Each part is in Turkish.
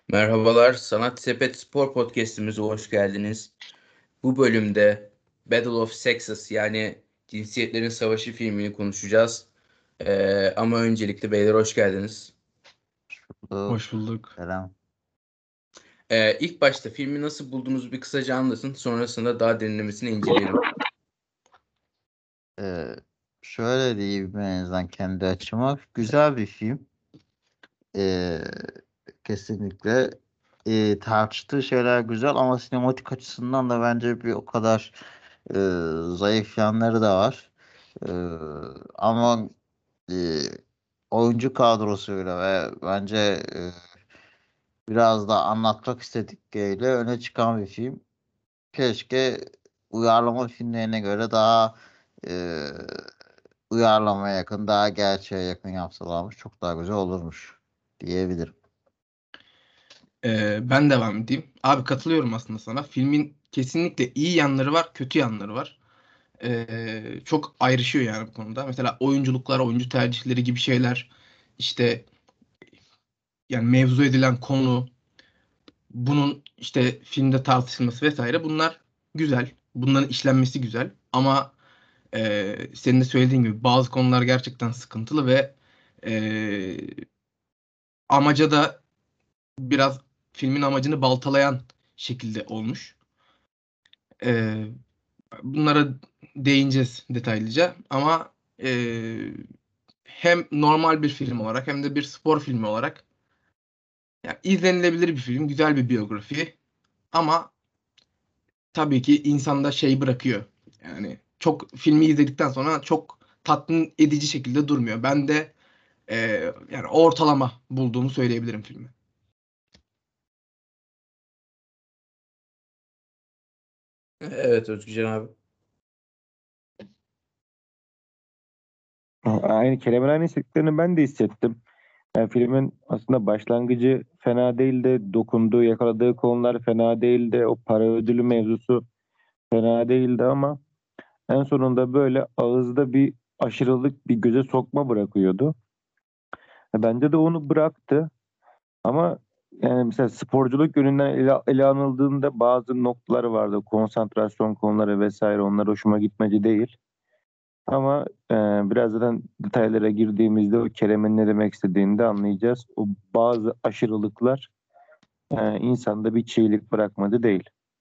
Merhabalar, Sanat Sepet Spor Podcast'imize hoş geldiniz. Bu bölümde Battle of Sexes yani Cinsiyetlerin Savaşı filmini konuşacağız. Ama öncelikle beyler hoş geldiniz. Bu Hoş bulduk. selam. İlk başta filmi nasıl bulduğunuzu bir kısaca anlatın. Sonrasında daha derinlemesine inceleyelim. Ee, Şöyle diyeyim en azından kendi açıma. Güzel bir film. Ee, Kesinlikle. Tartıştığı şeyler güzel ama sinematik açısından da bence bir o kadar e, zayıf yanları da var. Ee, Ama e, oyuncu kadrosuyla ve bence biraz da anlatmak istedikleriyle öne çıkan bir film. Keşke uyarlama filmlerine göre daha e, uyarlamaya yakın, daha gerçeğe yakın yapsalarmış çok daha güzel olurmuş diyebilirim. Ben devam edeyim. Abi katılıyorum aslında sana. Filmin kesinlikle iyi yanları var, kötü yanları var. Çok ayrışıyor yani bu konuda. Mesela oyunculuklar, oyuncu tercihleri gibi şeyler. İşte yani mevzu edilen konu, bunun işte filmde tartışılması vesaire bunlar güzel. Bunların işlenmesi güzel. Ama senin de söylediğin gibi bazı konular gerçekten sıkıntılı ve e, amaca da biraz filmin amacını baltalayan şekilde olmuş. Ee, Bunlara değineceğiz detaylıca ama hem normal bir film olarak hem de bir spor filmi olarak yani izlenilebilir bir film, güzel bir biyografi ama tabii ki insanda şey bırakıyor. Yani çok filmi izledikten sonra çok tatmin edici şekilde durmuyor. Ben de e, yani ortalama bulduğumu söyleyebilirim filmi. Evet Özgücan abi. Aynı hissettiklerini ben de hissettim. Yani filmin aslında başlangıcı fena değildi. Dokunduğu, yakaladığı konular fena değildi. O para ödülü mevzusu fena değildi ama en sonunda böyle ağızda bir aşırılık, bir göze sokma bırakıyordu. Bence de onu bıraktı. Ama yani mesela sporculuk yönünden ele anıldığında bazı noktaları vardı. Konsantrasyon konuları vesaire, onlar hoşuma gitmedi değil. Ama birazdan detaylara girdiğimizde o Kerem'in ne demek istediğini de anlayacağız. O bazı aşırılıklar insanda bir çiğlik bırakmadı değil.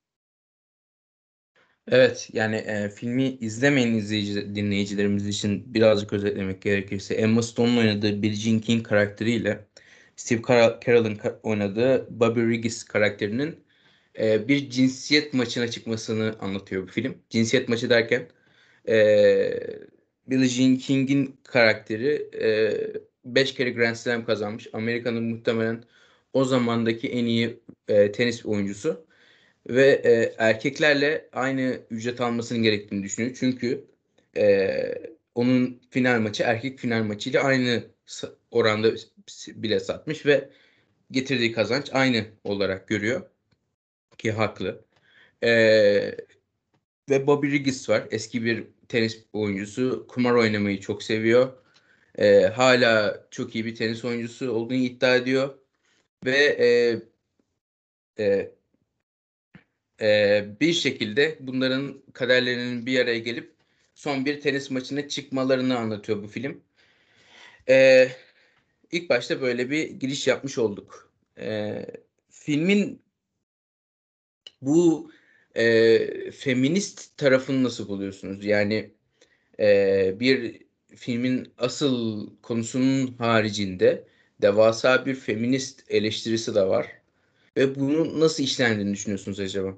Evet yani filmi izlemeyen dinleyicilerimiz için birazcık özetlemek gerekirse Emma Stone'un oynadığı Billie Jean King karakteriyle Steve Carell'ın oynadığı Bobby Riggs karakterinin bir cinsiyet maçına çıkmasını anlatıyor bu film. Cinsiyet maçı derken Billie Jean King'in karakteri 5 kere Grand Slam kazanmış. Amerika'nın muhtemelen o zamandaki en iyi tenis oyuncusu. Ve erkeklerle aynı ücret almasının gerektiğini düşünüyor. Çünkü onun final maçı erkek final maçıyla aynı oranda bile satmış ve getirdiği kazanç aynı olarak görüyor ki haklı. E, Ve Bobby Riggs var. Eski bir tenis oyuncusu. Kumar oynamayı çok seviyor. Hala çok iyi bir tenis oyuncusu olduğunu iddia ediyor. Ve e, bir şekilde bunların kaderlerinin bir araya gelip son bir tenis maçına çıkmalarını anlatıyor bu film. Ee, ilk başta böyle bir giriş yapmış olduk. Filmin bu feminist tarafını nasıl buluyorsunuz? Yani bir filmin asıl konusunun haricinde devasa bir feminist eleştirisi de var. Ve bunu nasıl işlendiğini düşünüyorsunuz acaba?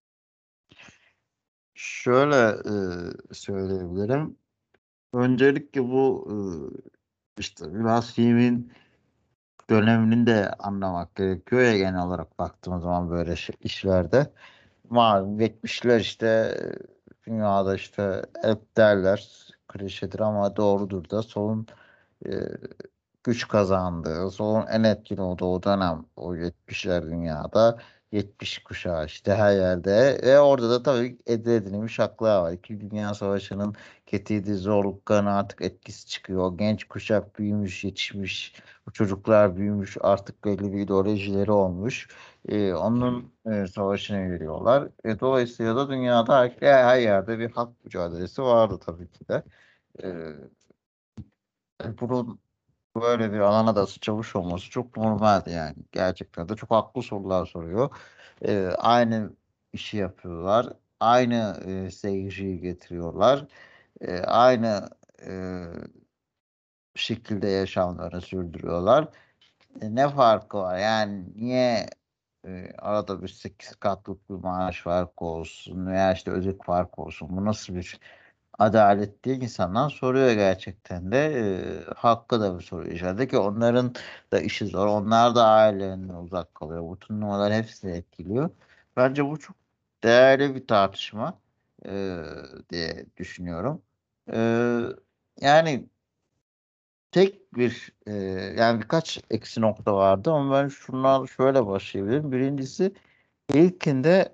Şöyle söyleyebilirim. Öncelikle bu işte biraz filmin dönemini de anlamak gerekiyor ya, genel olarak baktığımız zaman böyle işlerde. Malum 70'ler işte dünyada işte hep derler, klişedir ama doğrudur da, solun e, güç kazandığı, solun en etkili olduğu o dönem o 70'ler dünyada. 70 kuşağı işte her yerde ve orada da tabii elde edilmiş haklar var. İkinci Dünya Savaşı'nın getirdiği zorlukların artık etkisi çıkıyor. Genç kuşak büyümüş, yetişmiş, bu çocuklar büyümüş, artık belli bir ideolojileri olmuş. Onun savaşını veriyorlar. Dolayısıyla da dünyada her yerde bir hak mücadelesi vardı tabii ki de. Bunun böyle bir alana da sıçramış olması çok normaldi yani. Gerçekten de çok haklı sorular soruyor. Aynı işi yapıyorlar. Aynı seyirciyi getiriyorlar. Aynı e, şekilde yaşamlarını sürdürüyorlar. Ne farkı var? Yani niye arada bir 8 katlık bir maaş farkı olsun veya işte ödül farkı olsun? Bu nasıl bir adalet diye insanlar soruyor gerçekten de. Hakkı da bir soru işareti ki onların da işi zor. Onlar da ailelerinden uzak kalıyor. Bu turnuvalar hepsini etkiliyor. Bence bu çok değerli bir tartışma diye düşünüyorum. E, yani tek bir yani birkaç eksi nokta vardı ama ben şunlar şöyle başlayabilirim. Birincisi ilkinde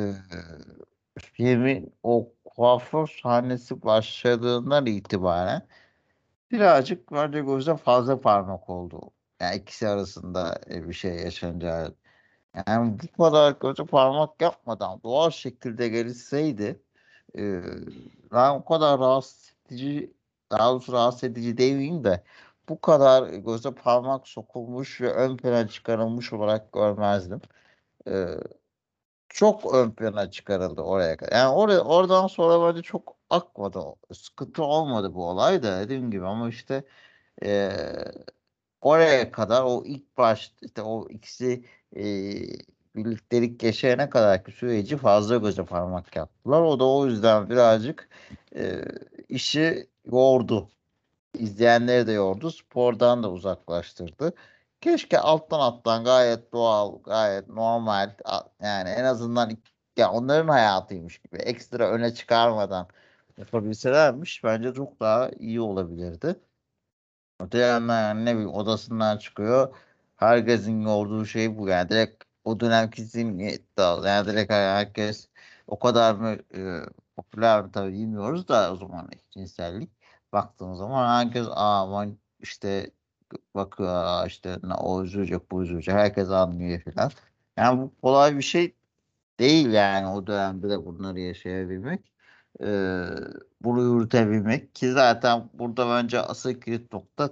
filmin o kuaför sahnesi başladığından itibaren birazcık bence gözde fazla parmak oldu. Yani ikisi arasında bir şey yaşanınca. Yani bu kadar göze parmak yapmadan doğal şekilde gelişseydi e, ben o kadar rahatsız edici, daha doğrusu rahatsız edici demeyeyim de bu kadar göze parmak sokulmuş ve ön plana çıkarılmış olarak görmezdim. E, çok ön plana çıkarıldı oraya kadar. Yani oradan sonra bence çok akmadı. Sıkıntı olmadı bu olay da dediğim gibi ama işte e, oraya kadar o ilk baş işte o ikisi e, birliktelik yaşayana kadarki süreci fazla göze parmak yaptılar. O da o yüzden birazcık e, işi yordu. İzleyenleri de yordu. Spordan da uzaklaştırdı. Keşke alttan gayet doğal, gayet normal yani en azından ya onların hayatıymış gibi ekstra öne çıkarmadan yapabilselermiş bence çok daha iyi olabilirdi. Öte yandan yani ne bileyim odasından çıkıyor. Herkesin yorduğu şey bu yani direkt o dönemki zihniyet dağıldı. Yani direkt herkes o kadar mı popüler mi tabii bilmiyoruz da o zaman cinsellik baktığımız zaman herkes aman işte bakıyor işte o üzülecek bu üzülecek herkes anlıyor filan. Yani bu kolay bir şey değil yani o dönemde de bunları yaşayabilmek. Ee, bunu yürütebilmek ki zaten burada bence asıl kilit nokta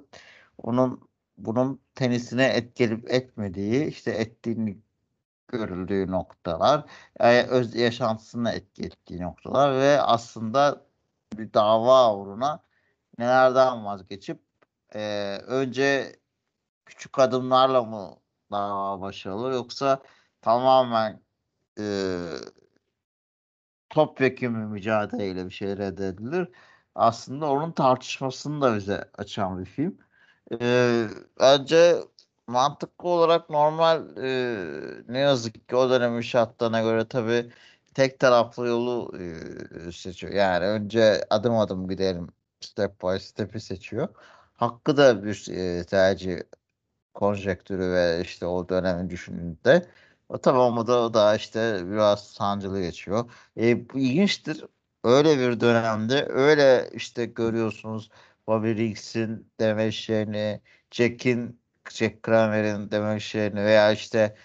bunun tenisine etkilip etmediği işte ettiğini görüldüğü noktalar öz yaşantısına etki ettiği noktalar ve aslında bir dava uğruna nelerden vazgeçip önce küçük adımlarla mı dava başarılı yoksa tamamen e, topyekun bir mücadeleyle bir şeyler elde edilir. Aslında onun tartışmasını da bize açan bir film. Bence mantıklı olarak normal ne yazık ki o dönemin şartlarına göre tabii tek taraflı yolu seçiyor. Yani önce adım adım gidelim step by step'i seçiyor. Hakkı da bir tercih konjektürü ve işte o dönemi düşündüğünde o tamamı da o da işte biraz sancılı geçiyor. Bu ilginçtir. Öyle bir dönemde öyle işte görüyorsunuz Bobby Riggs'in demeçlerini, Jack Kramer'in demeçlerini veya işte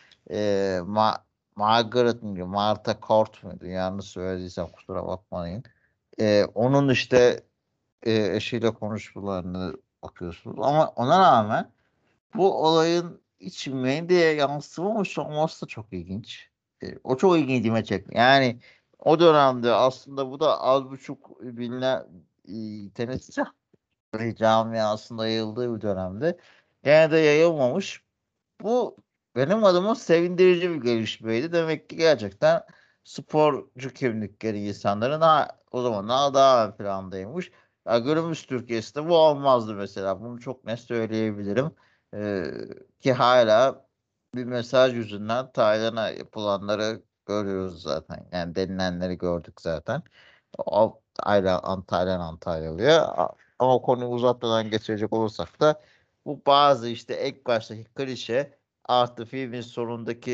Margaret miydi, Martha Court muydu? Yanlış söylediysem kusura bakmayın. Onun işte eşiyle konuşmalarını bakıyorsunuz. Ama ona rağmen bu olayın iç medyaya yansımamış olması da çok ilginç. O çok ilgincime çekti. Yani o dönemde aslında bu da az buçuk bilinen tenisçi camiasında yayıldığı bir dönemde gene de yayılmamış. Bu benim adıma sevindirici bir gelişmeydi. Demek ki gerçekten sporcu kimlikleri insanların o zaman daha ön plandaymış. Ya günümüz Türkiye'sinde bu olmazdı mesela. Bunu çok net söyleyebilirim. Ee, ki hala bir mesaj yüzünden Tayland'a yapılanları görüyoruz zaten. Yani denilenleri gördük zaten. O Antalyalı'ya. Ama konuyu uzatmadan geçirecek olursak da bu bazı işte ilk baştaki klişe artı filmin sonundaki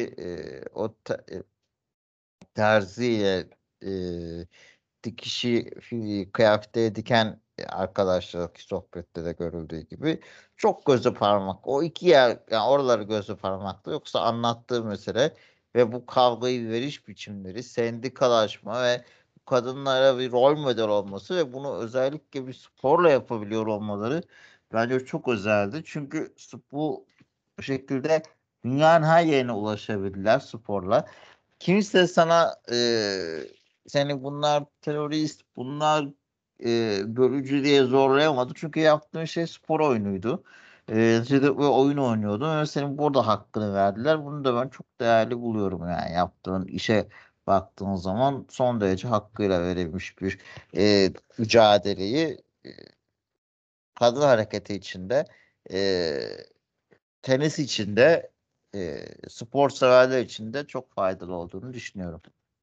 terziyle e, dikişi kıyafete diken arkadaşlarki sohbette de görüldüğü gibi çok gözü parmak. O iki yer yani oraları gözü parmakta. Yoksa anlattığı mesele ve bu kavgayı veriş biçimleri, sendikalaşma ve kadınlara bir rol model olması ve bunu özellikle bir sporla yapabiliyor olmaları bence çok özeldi. Çünkü bu şekilde dünyanın her yerine ulaşabildiler sporla. Kimse sana seni bunlar terörist, bunlar bölücü diye zorlayamadı. Çünkü yaptığın şey spor oyunuydu. Ve oyun oynuyordun ve senin burada hakkını verdiler. Bunu da ben çok değerli buluyorum yani. Yaptığın işe baktığın zaman son derece hakkıyla verilmiş bir mücadeleyi kadın hareketi içinde tenis içinde spor severler için de çok faydalı olduğunu düşünüyorum.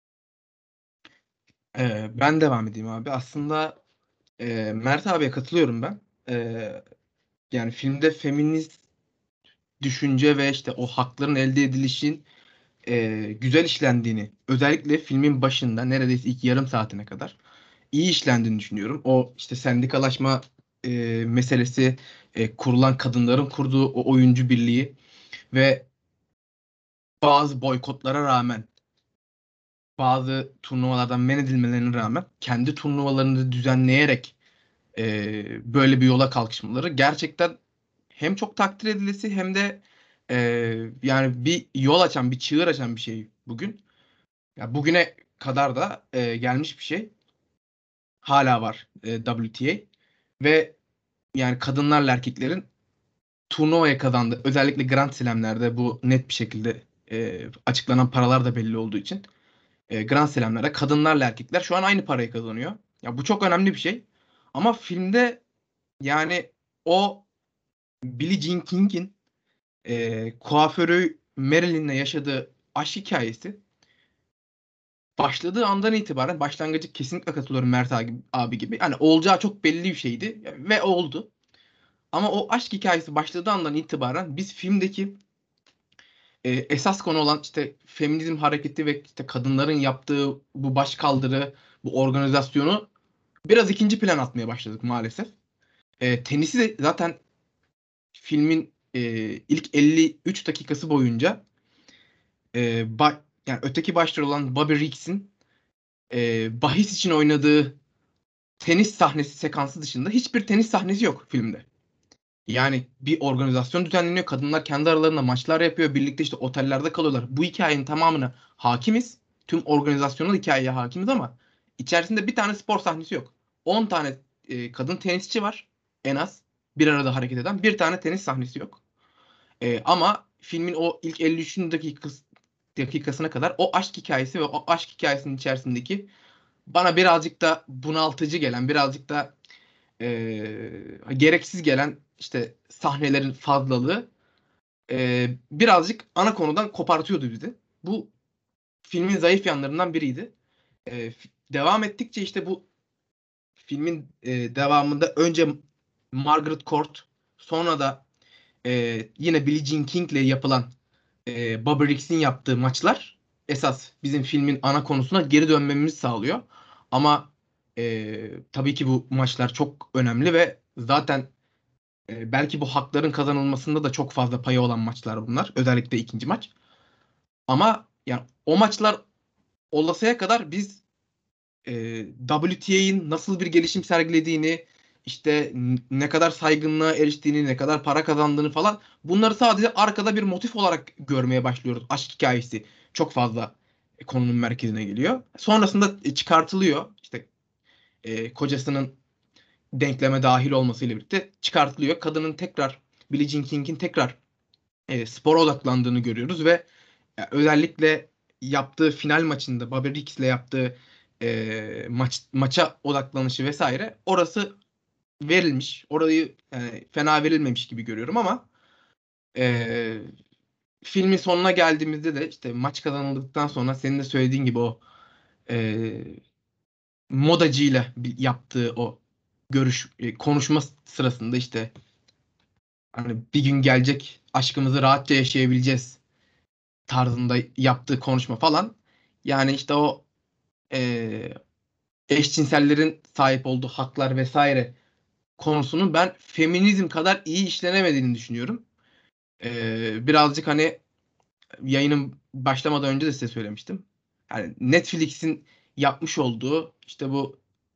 Ben devam edeyim abi. Aslında Mert abiye katılıyorum ben. Yani filmde feminist düşünce ve işte o hakların elde edilişin güzel işlendiğini, özellikle filmin başında neredeyse ilk yarım saatine kadar iyi işlendiğini düşünüyorum. O işte sendikalaşma meselesi, kurulan kadınların kurduğu o oyuncu birliği ve bazı boykotlara rağmen, bazı turnuvalardan men edilmelerine rağmen kendi turnuvalarını düzenleyerek böyle bir yola kalkışmaları gerçekten hem çok takdir edilesi hem de e, yani bir yol açan, bir çığır açan bir şey bugün. Ya bugüne kadar da gelmiş bir şey. Hala var WTA ve yani kadınlarla erkeklerin turnuvaya kazandı. Özellikle Grand Slam'lerde bu net bir şekilde açıklanan paralar da belli olduğu için Grand Slam'lerde kadınlarla erkekler şu an aynı parayı kazanıyor. Ya bu çok önemli bir şey. Ama filmde yani o Billie Jean King'in kuaförü Marilyn'le yaşadığı aşk hikayesi başladığı andan itibaren başlangıcı kesinlikle katılıyorum Mert abi gibi. Hani olacağı çok belli bir şeydi ve oldu. Ama o aşk hikayesi başladığı andan itibaren biz filmdeki esas konu olan işte feminizm hareketi ve işte kadınların yaptığı bu başkaldırı, bu organizasyonu biraz ikinci plan atmaya başladık maalesef. Tenisi de zaten filmin ilk 53 dakikası boyunca yani öteki başrol olan Bobby Riggs'in bahis için oynadığı tenis sahnesi sekansı dışında hiçbir tenis sahnesi yok filmde. Yani bir organizasyon düzenleniyor. Kadınlar kendi aralarında maçlar yapıyor. Birlikte işte otellerde kalıyorlar. Bu hikayenin tamamına hakimiz. Tüm organizasyonel hikayeye hakimiz ama içerisinde bir tane spor sahnesi yok. 10 tane kadın tenisçi var en az. Bir arada hareket eden. Bir tane tenis sahnesi yok. Ama filmin o ilk 53. dakikasına kadar o aşk hikayesi ve o aşk hikayesinin içerisindeki bana birazcık da bunaltıcı gelen, birazcık da gereksiz gelen işte sahnelerin fazlalığı birazcık ana konudan kopartıyordu bizi. Bu filmin zayıf yanlarından biriydi. Devam ettikçe işte bu filmin devamında önce Margaret Court, sonra da yine Billie Jean King'le yapılan Bobby Riggs'in yaptığı maçlar esas bizim filmin ana konusuna geri dönmemizi sağlıyor. Ama tabii ki bu maçlar çok önemli ve zaten belki bu hakların kazanılmasında da çok fazla payı olan maçlar bunlar. Özellikle ikinci maç. Ama yani o maçlar olasıya kadar biz WTA'in nasıl bir gelişim sergilediğini, işte ne kadar saygınlığa eriştiğini, ne kadar para kazandığını falan bunları sadece arkada bir motif olarak görmeye başlıyoruz. Aşk hikayesi çok fazla konunun merkezine geliyor. Sonrasında çıkartılıyor. İşte kocasının denkleme dahil olmasıyla birlikte çıkartılıyor. Kadının tekrar Billie Jean King'in tekrar spora odaklandığını görüyoruz ve özellikle yaptığı final maçında Bobby Riggs'le yaptığı maça odaklanışı vesaire orası verilmiş. Orayı fena verilmemiş gibi görüyorum ama e, filmin sonuna geldiğimizde de işte maç kazanıldıktan sonra senin de söylediğin gibi o e, modacıyla yaptığı o konuşma sırasında işte Hani bir gün gelecek aşkımızı rahatça yaşayabileceğiz tarzında yaptığı konuşma falan. Yani işte o e, eşcinsellerin sahip olduğu haklar vesaire konusunun ben feminizm kadar iyi işlenemediğini düşünüyorum. Birazcık hani yayının başlamadan önce de size söylemiştim. Yani Netflix'in yapmış olduğu işte bu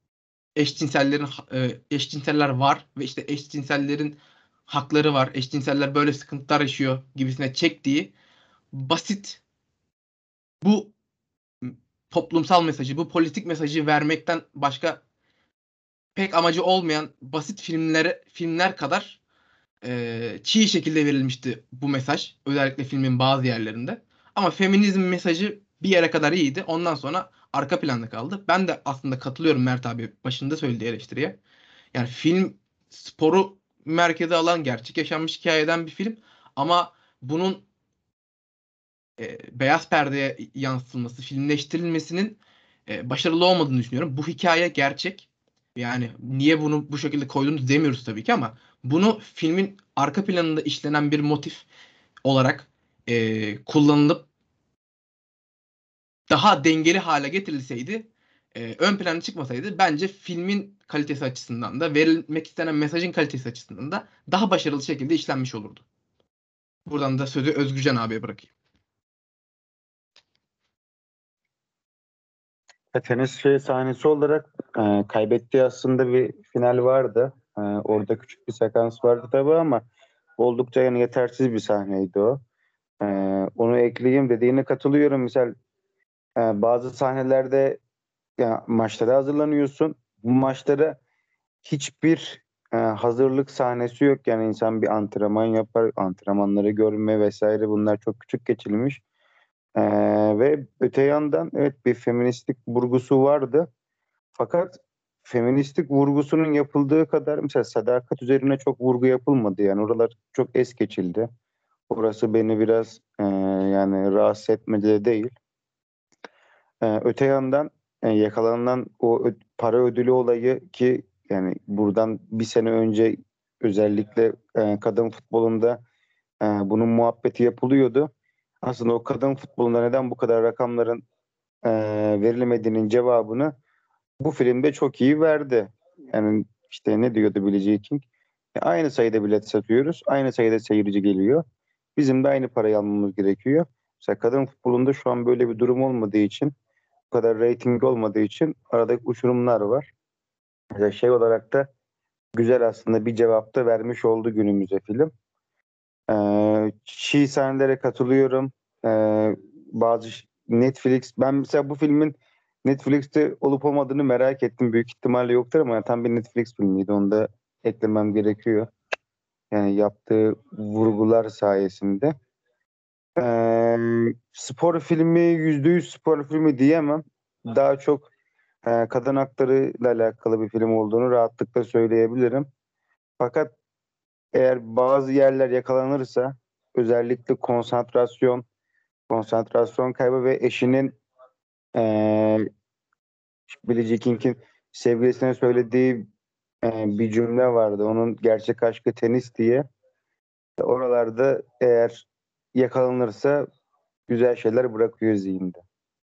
eşcinseller var ve işte eşcinsellerin hakları var. Eşcinseller böyle sıkıntılar yaşıyor gibisine çektiği basit bu toplumsal mesajı, bu politik mesajı vermekten başka pek amacı olmayan basit filmler kadar çiğ şekilde verilmişti bu mesaj. Özellikle filmin bazı yerlerinde. Ama feminizm mesajı bir yere kadar iyiydi. Ondan sonra arka planda kaldı. Ben de aslında katılıyorum Mert abi başında söylediği eleştiriye. Yani film sporu merkeze alan gerçek yaşanmış hikayeden bir film. Ama bunun beyaz perdeye yansıtılması, filmleştirilmesinin başarılı olmadığını düşünüyorum. Bu hikaye gerçek. Yani niye bunu bu şekilde koydunuz demiyoruz tabii ki ama bunu filmin arka planında işlenen bir motif olarak kullanılıp daha dengeli hale getirilseydi, ön plana çıkmasaydı bence filmin kalitesi açısından da verilmek istenen mesajın kalitesi açısından da daha başarılı şekilde işlenmiş olurdu. Buradan da sözü Özgürcan abiye bırakayım. Tenis sahnesi olarak kaybettiği aslında bir final vardı. Orada küçük bir sekans vardı tabii ama oldukça yani yetersiz bir sahneydi o. E, Onu ekleyeyim dediğine katılıyorum. Misal bazı sahnelerde maçlara hazırlanıyorsun. Bu maçlara hiçbir hazırlık sahnesi yok. Yani insan bir antrenman yapar, antrenmanları görme vesaire bunlar çok küçük geçilmiş. Ve öte yandan evet bir feministik vurgusu vardı. Fakat feministik vurgusunun yapıldığı kadar mesela sadakat üzerine çok vurgu yapılmadı. Yani oralar çok es geçildi. Orası beni biraz yani rahatsız etmedi de değil. Öte yandan yakalanan o para ödülü olayı ki yani buradan bir sene önce özellikle kadın futbolunda bunun muhabbeti yapılıyordu. Aslında o kadın futbolunda neden bu kadar rakamların e, verilemediğinin cevabını bu filmde çok iyi verdi. Yani işte ne diyordu Billie Jean King? Aynı sayıda bilet satıyoruz. Aynı sayıda seyirci geliyor. Bizim de aynı parayı almamız gerekiyor. Mesela kadın futbolunda şu an böyle bir durum olmadığı için, bu kadar reyting olmadığı için aradaki uçurumlar var. Mesela şey olarak da güzel aslında bir cevap da vermiş oldu günümüze film. Çiğ sahnelere katılıyorum. Bazı Netflix, ben mesela bu filmin Netflix'te olup olmadığını merak ettim. Büyük ihtimalle yoktur ama tam bir Netflix filmiydi. Onu da eklemem gerekiyor. Yani yaptığı vurgular sayesinde. Spor filmi %100 spor filmi diyemem. Daha çok kadın hakları ile alakalı bir film olduğunu rahatlıkla söyleyebilirim. Fakat eğer bazı yerler yakalanırsa özellikle konsantrasyon kaybı ve eşinin Billie King'in sevgilisine söylediği bir cümle vardı. Onun gerçek aşkı tenis diye. Oralarda eğer yakalanırsa güzel şeyler bırakıyor zihinde.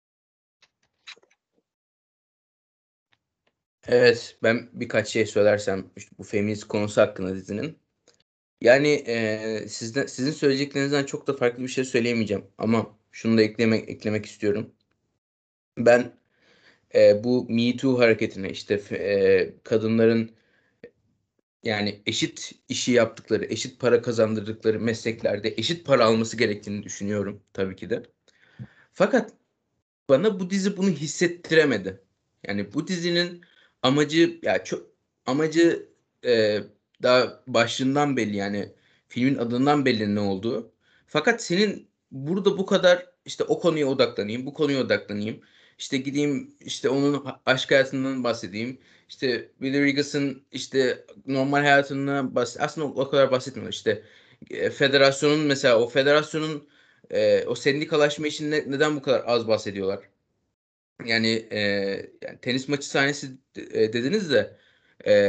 Evet, ben birkaç şey söylersem işte bu feminist konusu hakkında dizinin. Yani sizin söyleyeceklerinizden çok da farklı bir şey söyleyemeyeceğim ama şunu da eklemek istiyorum. Ben bu Me Too hareketine işte kadınların yani eşit işi yaptıkları, eşit para kazandırdıkları mesleklerde eşit para alması gerektiğini düşünüyorum tabii ki de. Fakat bana bu dizi bunu hissettiremedi. Yani bu dizinin amacı ya çok amacı e, daha başından belli yani filmin adından belli ne olduğu. Fakat senin burada bu kadar işte o konuya odaklanayım, bu konuya odaklanayım. İşte gideyim işte onun aşk hayatından bahsedeyim. İşte Billy Regus'ın işte normal hayatından aslında o kadar bahsetmiyor. İşte federasyonun mesela o federasyonun o sendikalaşma için neden bu kadar az bahsediyorlar? Yani, yani tenis maçı sahnesi dediniz de e,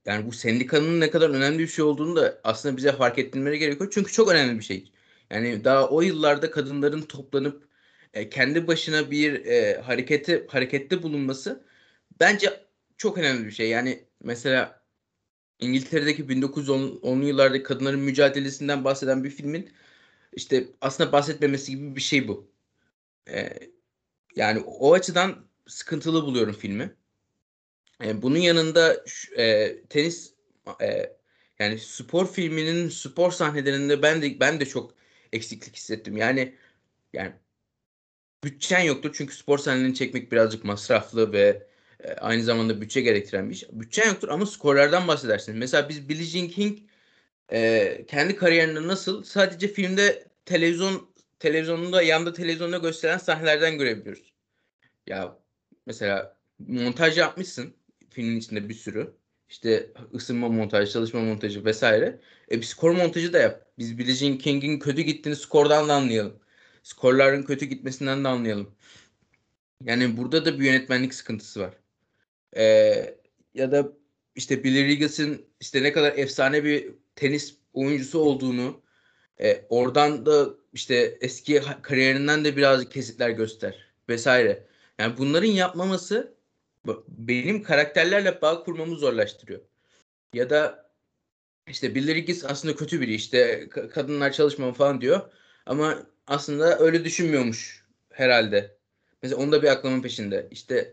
Yani bu sendikanın ne kadar önemli bir şey olduğunu da aslında bize fark ettirmeleri gerekiyor. Çünkü çok önemli bir şey. Yani daha o yıllarda kadınların toplanıp kendi başına bir harekette bulunması bence çok önemli bir şey. Yani mesela İngiltere'deki 1910'lu yıllardaki kadınların mücadelesinden bahseden bir filmin işte aslında bahsetmemesi gibi bir şey bu. E, Yani o açıdan sıkıntılı buluyorum filmi. Bunun yanında tenis e, yani spor filminin spor sahnelerinde ben de çok eksiklik hissettim. Yani bütçen yoktu çünkü spor sahnelerini çekmek birazcık masraflı ve aynı zamanda bütçe gerektiren bir iş. Bütçen yoktur ama skorlardan bahsedersin. Mesela biz Billie Jean King kendi kariyerinde nasıl sadece filmde televizyonunda yanda televizyonda gösteren sahnelerden görebiliyoruz. Ya mesela montaj yapmışsın filmin içinde bir sürü. İşte ısınma montajı, çalışma montajı vesaire. Bir skor montajı da yap. Biz Billie Jean King'in kötü gittiğini skordan da anlayalım. Skorların kötü gitmesinden de anlayalım. Yani burada da bir yönetmenlik sıkıntısı var. Ya da işte Billy Regus'ın işte ne kadar efsane bir tenis oyuncusu olduğunu oradan da işte eski kariyerinden de birazcık kesitler göster vesaire. Yani bunların yapmaması benim karakterlerle bağ kurmamı zorlaştırıyor. Ya da işte Billy Regis aslında kötü biri işte kadınlar çalışmama falan diyor. Ama aslında öyle düşünmüyormuş herhalde. Mesela onda bir aklımın peşinde. İşte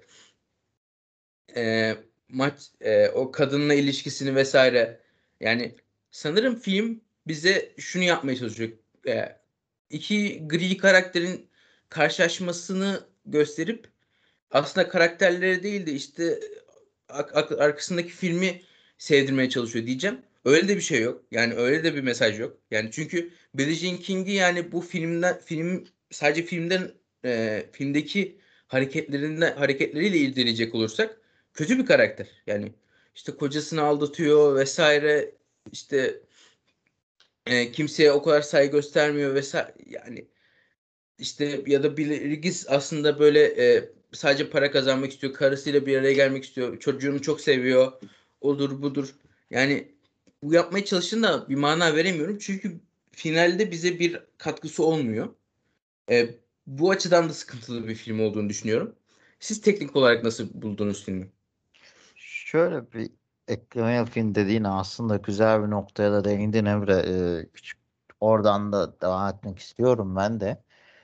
o kadınla ilişkisini vesaire. Yani sanırım film bize şunu yapmaya çalışıyor. E, iki gri karakterin karşılaşmasını gösterip aslında karakterleri değil de işte arkasındaki filmi sevdirmeye çalışıyor diyeceğim. Öyle de bir şey yok. Yani öyle de bir mesaj yok. Yani çünkü Billie Jean King'i yani bu sadece filmdeki hareketleriyle irdeleyecek olursak kötü bir karakter. Yani işte kocasını aldatıyor vesaire işte kimseye o kadar saygı göstermiyor vesaire yani işte ya da Bilirgis aslında böyle sadece para kazanmak istiyor. Karısıyla bir araya gelmek istiyor. Çocuğunu çok seviyor. Odur budur. Yani bu yapmaya çalıştığında bir mana veremiyorum. Çünkü finalde bize bir katkısı olmuyor. E, Bu açıdan da sıkıntılı bir film olduğunu düşünüyorum. Siz teknik olarak nasıl buldunuz filmi? Şöyle bir ekleme yapayım dediğin aslında güzel bir noktaya da değindin Emre. Küçük oradan da devam etmek istiyorum ben de.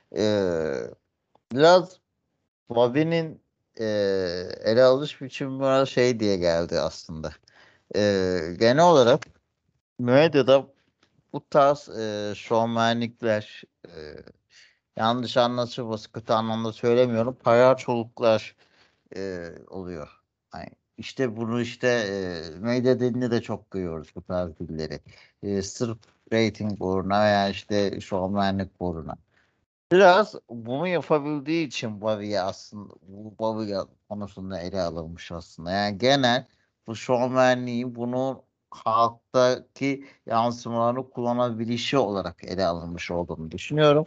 Biraz Bobby'nin ele alış biçimi bana şey diye geldi aslında. Genel olarak medyada bu tarz şovmenlikler yanlış anlaşılması kötü anlamda söylemiyorum. Palyaçoluklar oluyor. Yani işte bunu işte medya dilinde de çok görüyoruz bu tarz dilleri. Sırf rating uğruna veya işte şovmenlik uğruna. Biraz bunu yapabildiği için Bobby aslında bu Bobby konusunda ele alınmış aslında. Yani genel bu şovmenliği bunu halktaki yansımalarını kullanabilişi olarak ele alınmış olduğunu düşünüyorum.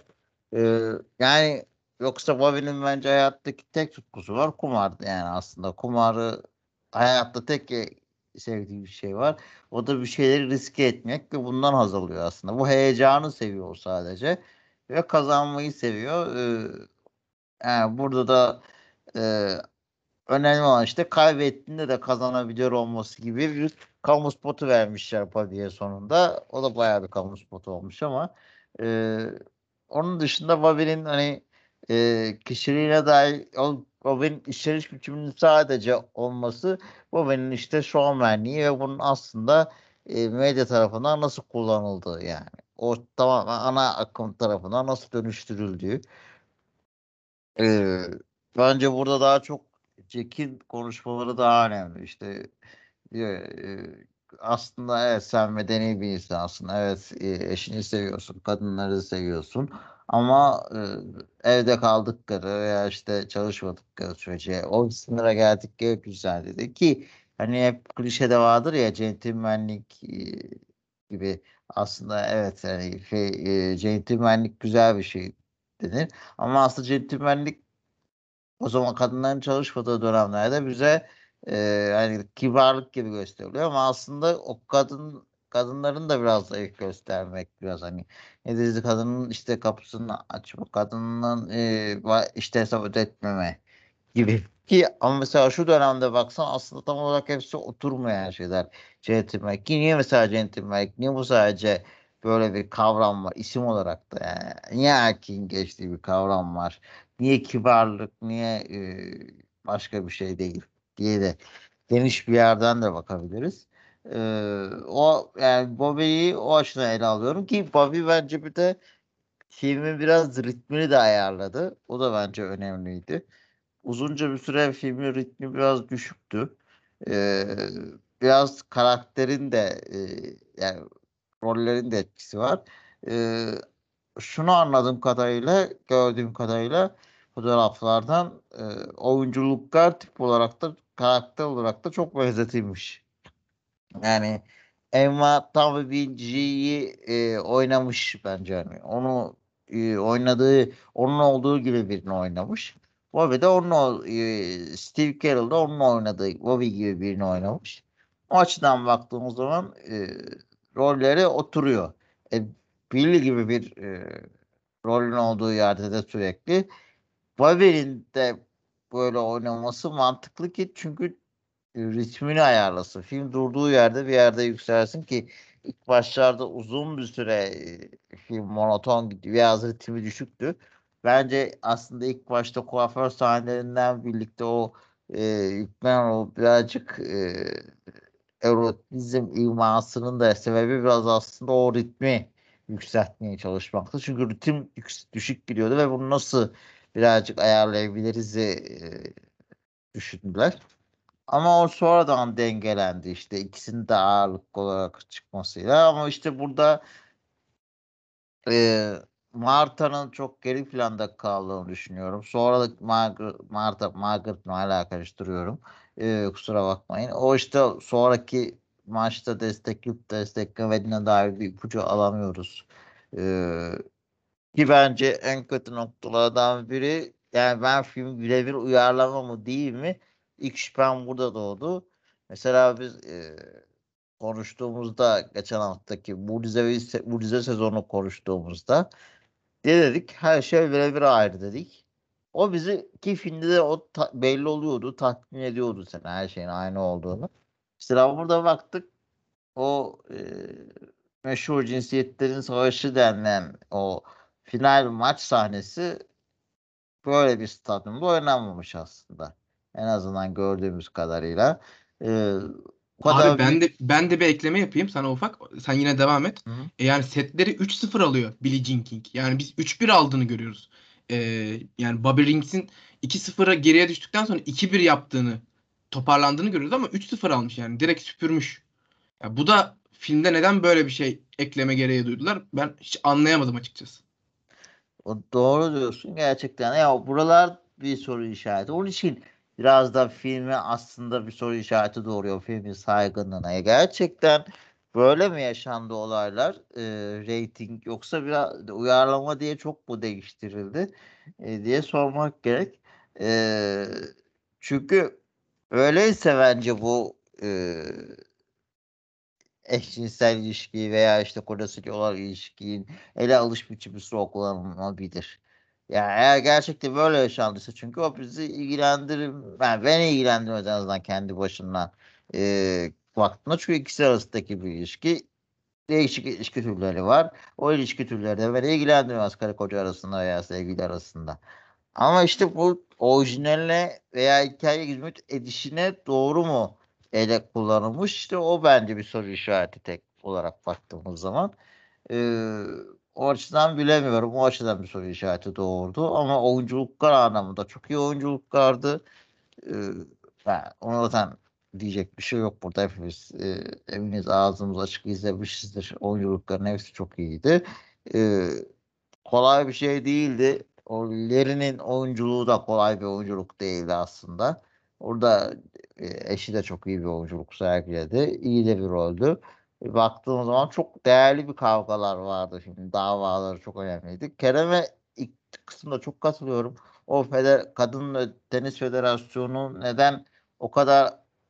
Yani yoksa Bobby'nin bence hayattaki tek tutkusu var kumardı yani aslında. Kumarı hayatta tek sevdiği bir şey var. O da bir şeyleri riske etmek ve bundan haz alıyor aslında. Bu heyecanı seviyor o sadece ve kazanmayı seviyor. Yani burada da e, önemli olan işte kaybettiğinde de kazanabiliyor olması gibi bir kamu spotu vermişler Bobby'ye sonunda. O da bayağı bir kamu spotu olmuş ama e, onun dışında Bobby'nin hani kişiliğine dair Bobby'nin işleriş biçiminin sadece olması Bobby'nin işte şovmenliği ve bunun aslında medya tarafından nasıl kullanıldığı yani. O tamamen ana akım tarafından nasıl dönüştürüldüğü. Ee, Bence burada daha çok Jack'in konuşmaları daha önemli. İşte diyor, aslında evet sen medeni bir insansın. Evet eşini seviyorsun, kadınları seviyorsun. Ama evde kaldıkları veya işte çalışmadıkları sürece o sınıra geldikleri güzel dedi ki hani hep klişede vardır ya centilmenlik gibi aslında evet yani centilmenlik güzel bir şey denir. Ama aslında centilmenlik o zaman kadınların çalışmadığı dönemlerde bize Yani kibarlık gibi gösteriliyor ama aslında o kadınların da biraz zayıf göstermek biraz hani nedir kadının işte kapısını açma kadının işte hesap ödetmeme gibi ki ama mesela şu dönemde baksan aslında tam olarak hepsi oturmayan şeyler. Centilmen. Ki niye mesela centilmen? Niye bu sadece böyle bir kavram var isim olarak da yani. Niye erkeğin geçtiği bir kavram var? Niye kibarlık? Niye başka bir şey değil diye de geniş bir yerden de bakabiliriz. O yani Bobby'yi o açıdan ele alıyorum ki Bobby bence bir de filmin biraz ritmini de ayarladı. O da bence önemliydi. Uzunca bir süre filmin ritmi biraz düşüktü. Ee, Biraz karakterin de yani rollerin de etkisi var. Ee, Şunu anladığım kadarıyla, gördüğüm kadarıyla fotoğraflardan oyunculuklar tip olarak da karakter olarak da çok benzetilmiş. Yani Emma Tavinci'yi oynamış bence yani. Onu onun olduğu gibi birini oynamış. Bobby de Steve Carell da onun oynadığı Bobby gibi birini oynamış. O açıdan baktığımız zaman rolleri oturuyor. Billy gibi bir rolün olduğu yerde de sürekli Bobby'nin de böyle oynaması mantıklı ki çünkü ritmini ayarlasın. Film durduğu yerde bir yerde yükselsin ki ilk başlarda uzun bir süre film monoton gidiyor. Biraz ritmi düşüktü. Bence aslında ilk başta kuaför sahnelerinden birlikte o yüklenen o birazcık erotizm imasının da sebebi biraz aslında o ritmi yükseltmeye çalışmaktı. Çünkü ritim düşük gidiyordu ve bunu nasıl birazcık ayarlayabiliriz düşündüler. Ama o sonradan dengelendi işte ikisinin de ağırlıklı olarak çıkmasıyla. Ama işte burada e, Marta'nın çok geri planda kaldığını düşünüyorum. Sonra da Margaret hala karıştırıyorum. Kusura bakmayın. O işte sonraki maçta desteklemediğine dair bir ipucu alamıyoruz. E, Ki bence en kötü noktalardan biri yani ben film birebir uyarlama mı değil mi? İlk şüphem burada doğdu. Mesela biz konuştuğumuzda geçen haftaki Mucize sezonu konuştuğumuzda ne dedik? Her şey birebir ayrı dedik. O bizi ki filmde de belli oluyordu, tatmin ediyordu sen her şeyin aynı olduğunu. Mesela burada baktık o meşhur cinsiyetlerin savaşı denilen o final maç sahnesi böyle bir stadyumda oynanmamış aslında. En azından gördüğümüz kadarıyla. Bu Abi kadar ben büyük. de ben de bir ekleme yapayım sana ufak. Sen yine devam et. Hı. Yani setleri 3-0 alıyor Billie Jean King. Yani biz 3-1 aldığını görüyoruz. Yani Bobby Rings'in 2-0'a geriye düştükten sonra 2-1 yaptığını, toparlandığını görüyoruz ama 3-0 almış yani. Direkt süpürmüş. Ya bu da filmde neden böyle bir şey ekleme gereği duydular? Ben hiç anlayamadım açıkçası. O doğru diyorsun gerçekten. Ya buralar bir soru işareti. Onun için biraz da filmi aslında bir soru işareti doğuruyor filmin saygınlığına. Gerçekten böyle mi yaşandı olaylar? Rating yoksa biraz uyarlama diye çok mu değiştirildi? Diye sormak gerek. E, Çünkü öyleyse bence bu eşcinsel ilişkiyi veya işte kocasıyla olan ilişkiyi ele alış biçimi sorgulanabilir. Yani eğer gerçekten böyle yaşandıysa çünkü o bizi ilgilendirir, yani beni ilgilendirmez en azından kendi başımdan baktığımda çünkü ikisi arasındaki bir ilişki değişik ilişki türleri var. O ilişki türleri de beni ilgilendirmez karı koca arasında veya sevgili arasında. Ama işte bu orijinaline veya hikaye hizmet edişine doğru mu ele kullanılmış? İşte o bence bir soru işareti tek olarak baktığımız zaman. Ee, O açıdan bilemiyorum. O açıdan bir soru işareti doğurdu. Ama oyunculuklar anlamında çok iyi oyunculuklardı. Ee, Yani ona zaten diyecek bir şey yok burada. Hepimiz eminiz ağzımız açık izlemişizdir. Oyunculukların hepsi çok iyiydi. Ee, Kolay bir şey değildi. O Larry'nin oyunculuğu da kolay bir oyunculuk değildi aslında. Orada eşi de çok iyi bir oyunculuk sergiledi. İyi de bir roldü. Baktığım zaman çok değerli bir kavgalar vardı şimdi. Davaları çok önemliydi. Kerem'e ilk kısımda çok katılıyorum. O Kadın Tenis Federasyonu neden o kadar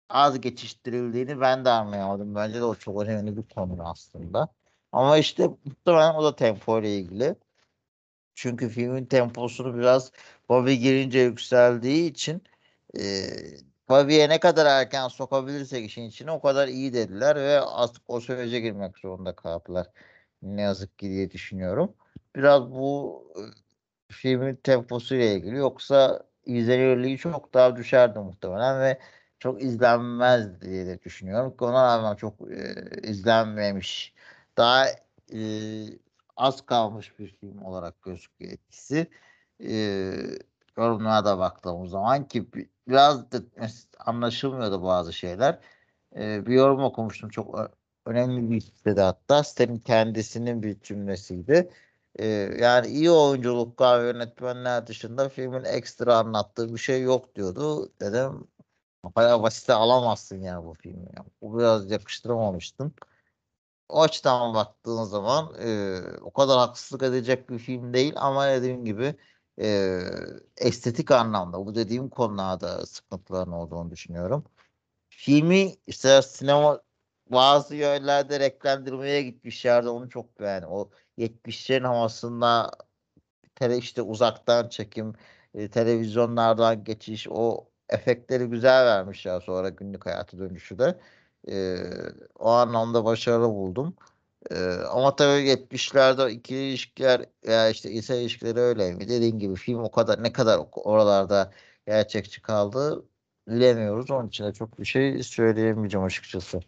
az geçiştirildiğini ben de anlayamadım. Bence de o çok önemli bir konu aslında. Ama işte muhtemelen o da tempo ile ilgili. Çünkü filmin temposunu biraz Bobby girince yükseldiği için e, Bobby'ye ne kadar erken sokabilirsek işin içine o kadar iyi dediler ve artık o sürece girmek zorunda kaldılar. Ne yazık ki diye düşünüyorum. Biraz bu filmin temposuyla ilgili. Yoksa izlenirliği çok daha düşerdi muhtemelen ve çok izlenmez diye de düşünüyorum. Ona rağmen çok izlenmemiş. Daha e, az kalmış bir film olarak gözüküyor etkisi. E, Yorumlara da baktığım zaman ki biraz da anlaşılmıyordu bazı şeyler. Bir yorum okumuştum çok önemli bir sitede hatta. Sitenin kendisinin bir cümlesiydi. Yani iyi oyunculuklar ve yönetmenler dışında filmin ekstra anlattığı bir şey yok diyordu. Dedim bayağı basite alamazsın yani bu filmi. Yani. Bu biraz yakıştıramamıştım. O açıdan baktığın zaman o kadar haksızlık edecek bir film değil ama dediğim gibi e, estetik anlamda bu dediğim konularda sıkıntıların olduğunu düşünüyorum. Filmi işte sinema bazı yerlerde renklendirmeye gitmişlerdi onu çok beğendim. O 70'lerin havasında işte uzaktan çekim, televizyonlardan geçiş, o efektleri güzel vermişler sonra günlük hayatı dönüşü de. E, O anlamda başarılı buldum. Ama tabii 70'lerde ikili ilişkiler veya işte insan ilişkileri öyle mi? Dediğin gibi film o kadar ne kadar oralarda gerçekçi kaldı bilemiyoruz. Onun için de çok bir şey söyleyemeyeceğim açıkçası.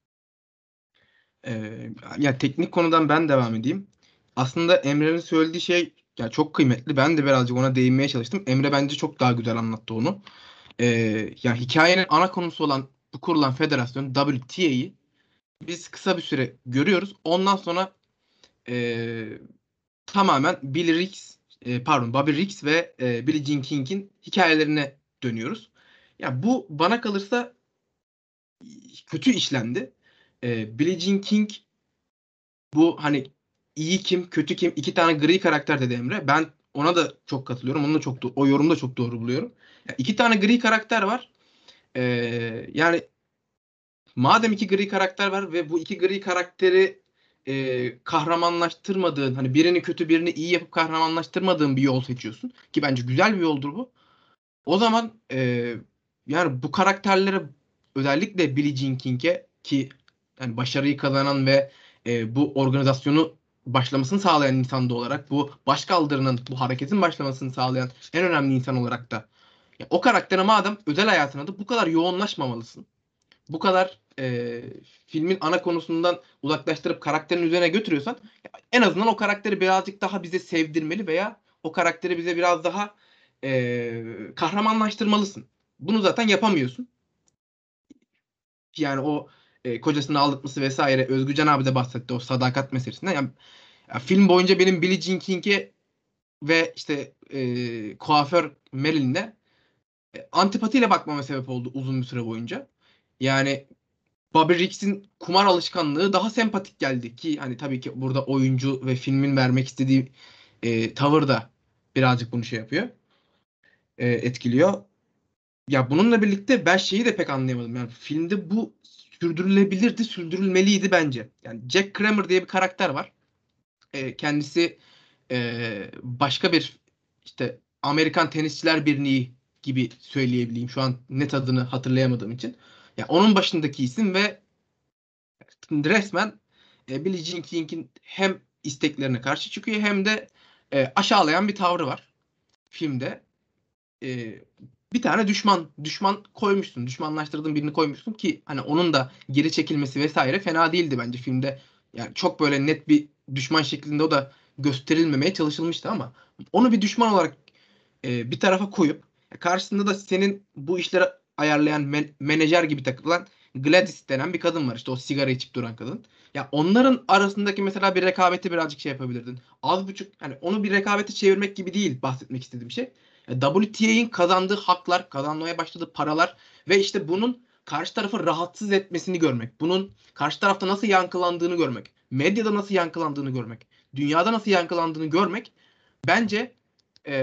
Ya teknik konudan ben devam edeyim. Aslında Emre'nin söylediği şey ya çok kıymetli. Ben de birazcık ona değinmeye çalıştım. Emre bence çok daha güzel anlattı onu. Ya hikayenin ana konusu olan bu kurulan federasyon WTA'yı biz kısa bir süre görüyoruz. Ondan sonra e, tamamen Bobby Riggs ve Billie Jean King'in hikayelerine dönüyoruz. Ya bu bana kalırsa kötü işlendi. Billie Jean King bu hani iyi kim, kötü kim, iki tane gri karakter dedi Emre. Ben ona da çok katılıyorum. Onu da o yorumu da çok doğru buluyorum. Ya iki tane gri karakter var. Yani madem iki gri karakter var ve bu iki gri karakteri kahramanlaştırmadığın, hani birini kötü birini iyi yapıp kahramanlaştırmadığın bir yol seçiyorsun ki bence güzel bir yoldur bu. O zaman yani bu karakterlere özellikle Billie Jean King'e ki yani başarıyı kazanan ve bu organizasyonu başlamasını sağlayan insan da olarak bu başkaldırının bu hareketin başlamasını sağlayan en önemli insan olarak da ya o karaktere madem özel hayatına da bu kadar yoğunlaşmamalısın. Bu kadar filmin ana konusundan uzaklaştırıp karakterin üzerine götürüyorsan en azından o karakteri birazcık daha bize sevdirmeli veya o karakteri bize biraz daha kahramanlaştırmalısın. Bunu zaten yapamıyorsun. Yani o kocasını aldatması vesaire Özgürcan abi de bahsetti o sadakat meselesinden. Yani, ya film boyunca benim Billie Jean King'e ve işte kuaför Marilyn'e antipatiyle bakmama sebep oldu uzun bir süre boyunca. Yani Bobby Riggs'in kumar alışkanlığı daha sempatik geldi ki hani tabii ki burada oyuncu ve filmin vermek istediği tavır da birazcık bunu şey yapıyor, etkiliyor. Ya bununla birlikte ben şeyi de pek anlayamadım. Yani filmde bu sürdürülebilirdi, sürdürülmeliydi bence. Yani Jack Kramer diye bir karakter var. Kendisi başka bir işte Amerikan Tenisçiler Birliği gibi söyleyebileyim. Şu an net adını hatırlayamadığım için. Ya onun başındaki isim ve resmen Billie Jean King'in hem isteklerine karşı çıkıyor hem de aşağılayan bir tavrı var filmde. E, Bir tane düşman koymuşsun. Düşmanlaştırdığın birini koymuşsun ki hani onun da geri çekilmesi vesaire fena değildi bence filmde. Yani çok böyle net bir düşman şeklinde o da gösterilmemeye çalışılmıştı ama onu bir düşman olarak bir tarafa koyup karşısında da senin bu işleri ayarlayan menajer gibi takılan Gladys denen bir kadın var. İşte o sigara içip duran kadın. Ya onların arasındaki mesela bir rekabeti birazcık şey yapabilirdin. Az buçuk hani onu bir rekabete çevirmek gibi değil bahsetmek istediğim şey. WTA'nin kazandığı haklar, kazanmaya başladığı paralar ve işte bunun karşı tarafı rahatsız etmesini görmek. Bunun karşı tarafta nasıl yankılandığını görmek. Medyada nasıl yankılandığını görmek. Dünyada nasıl yankılandığını görmek bence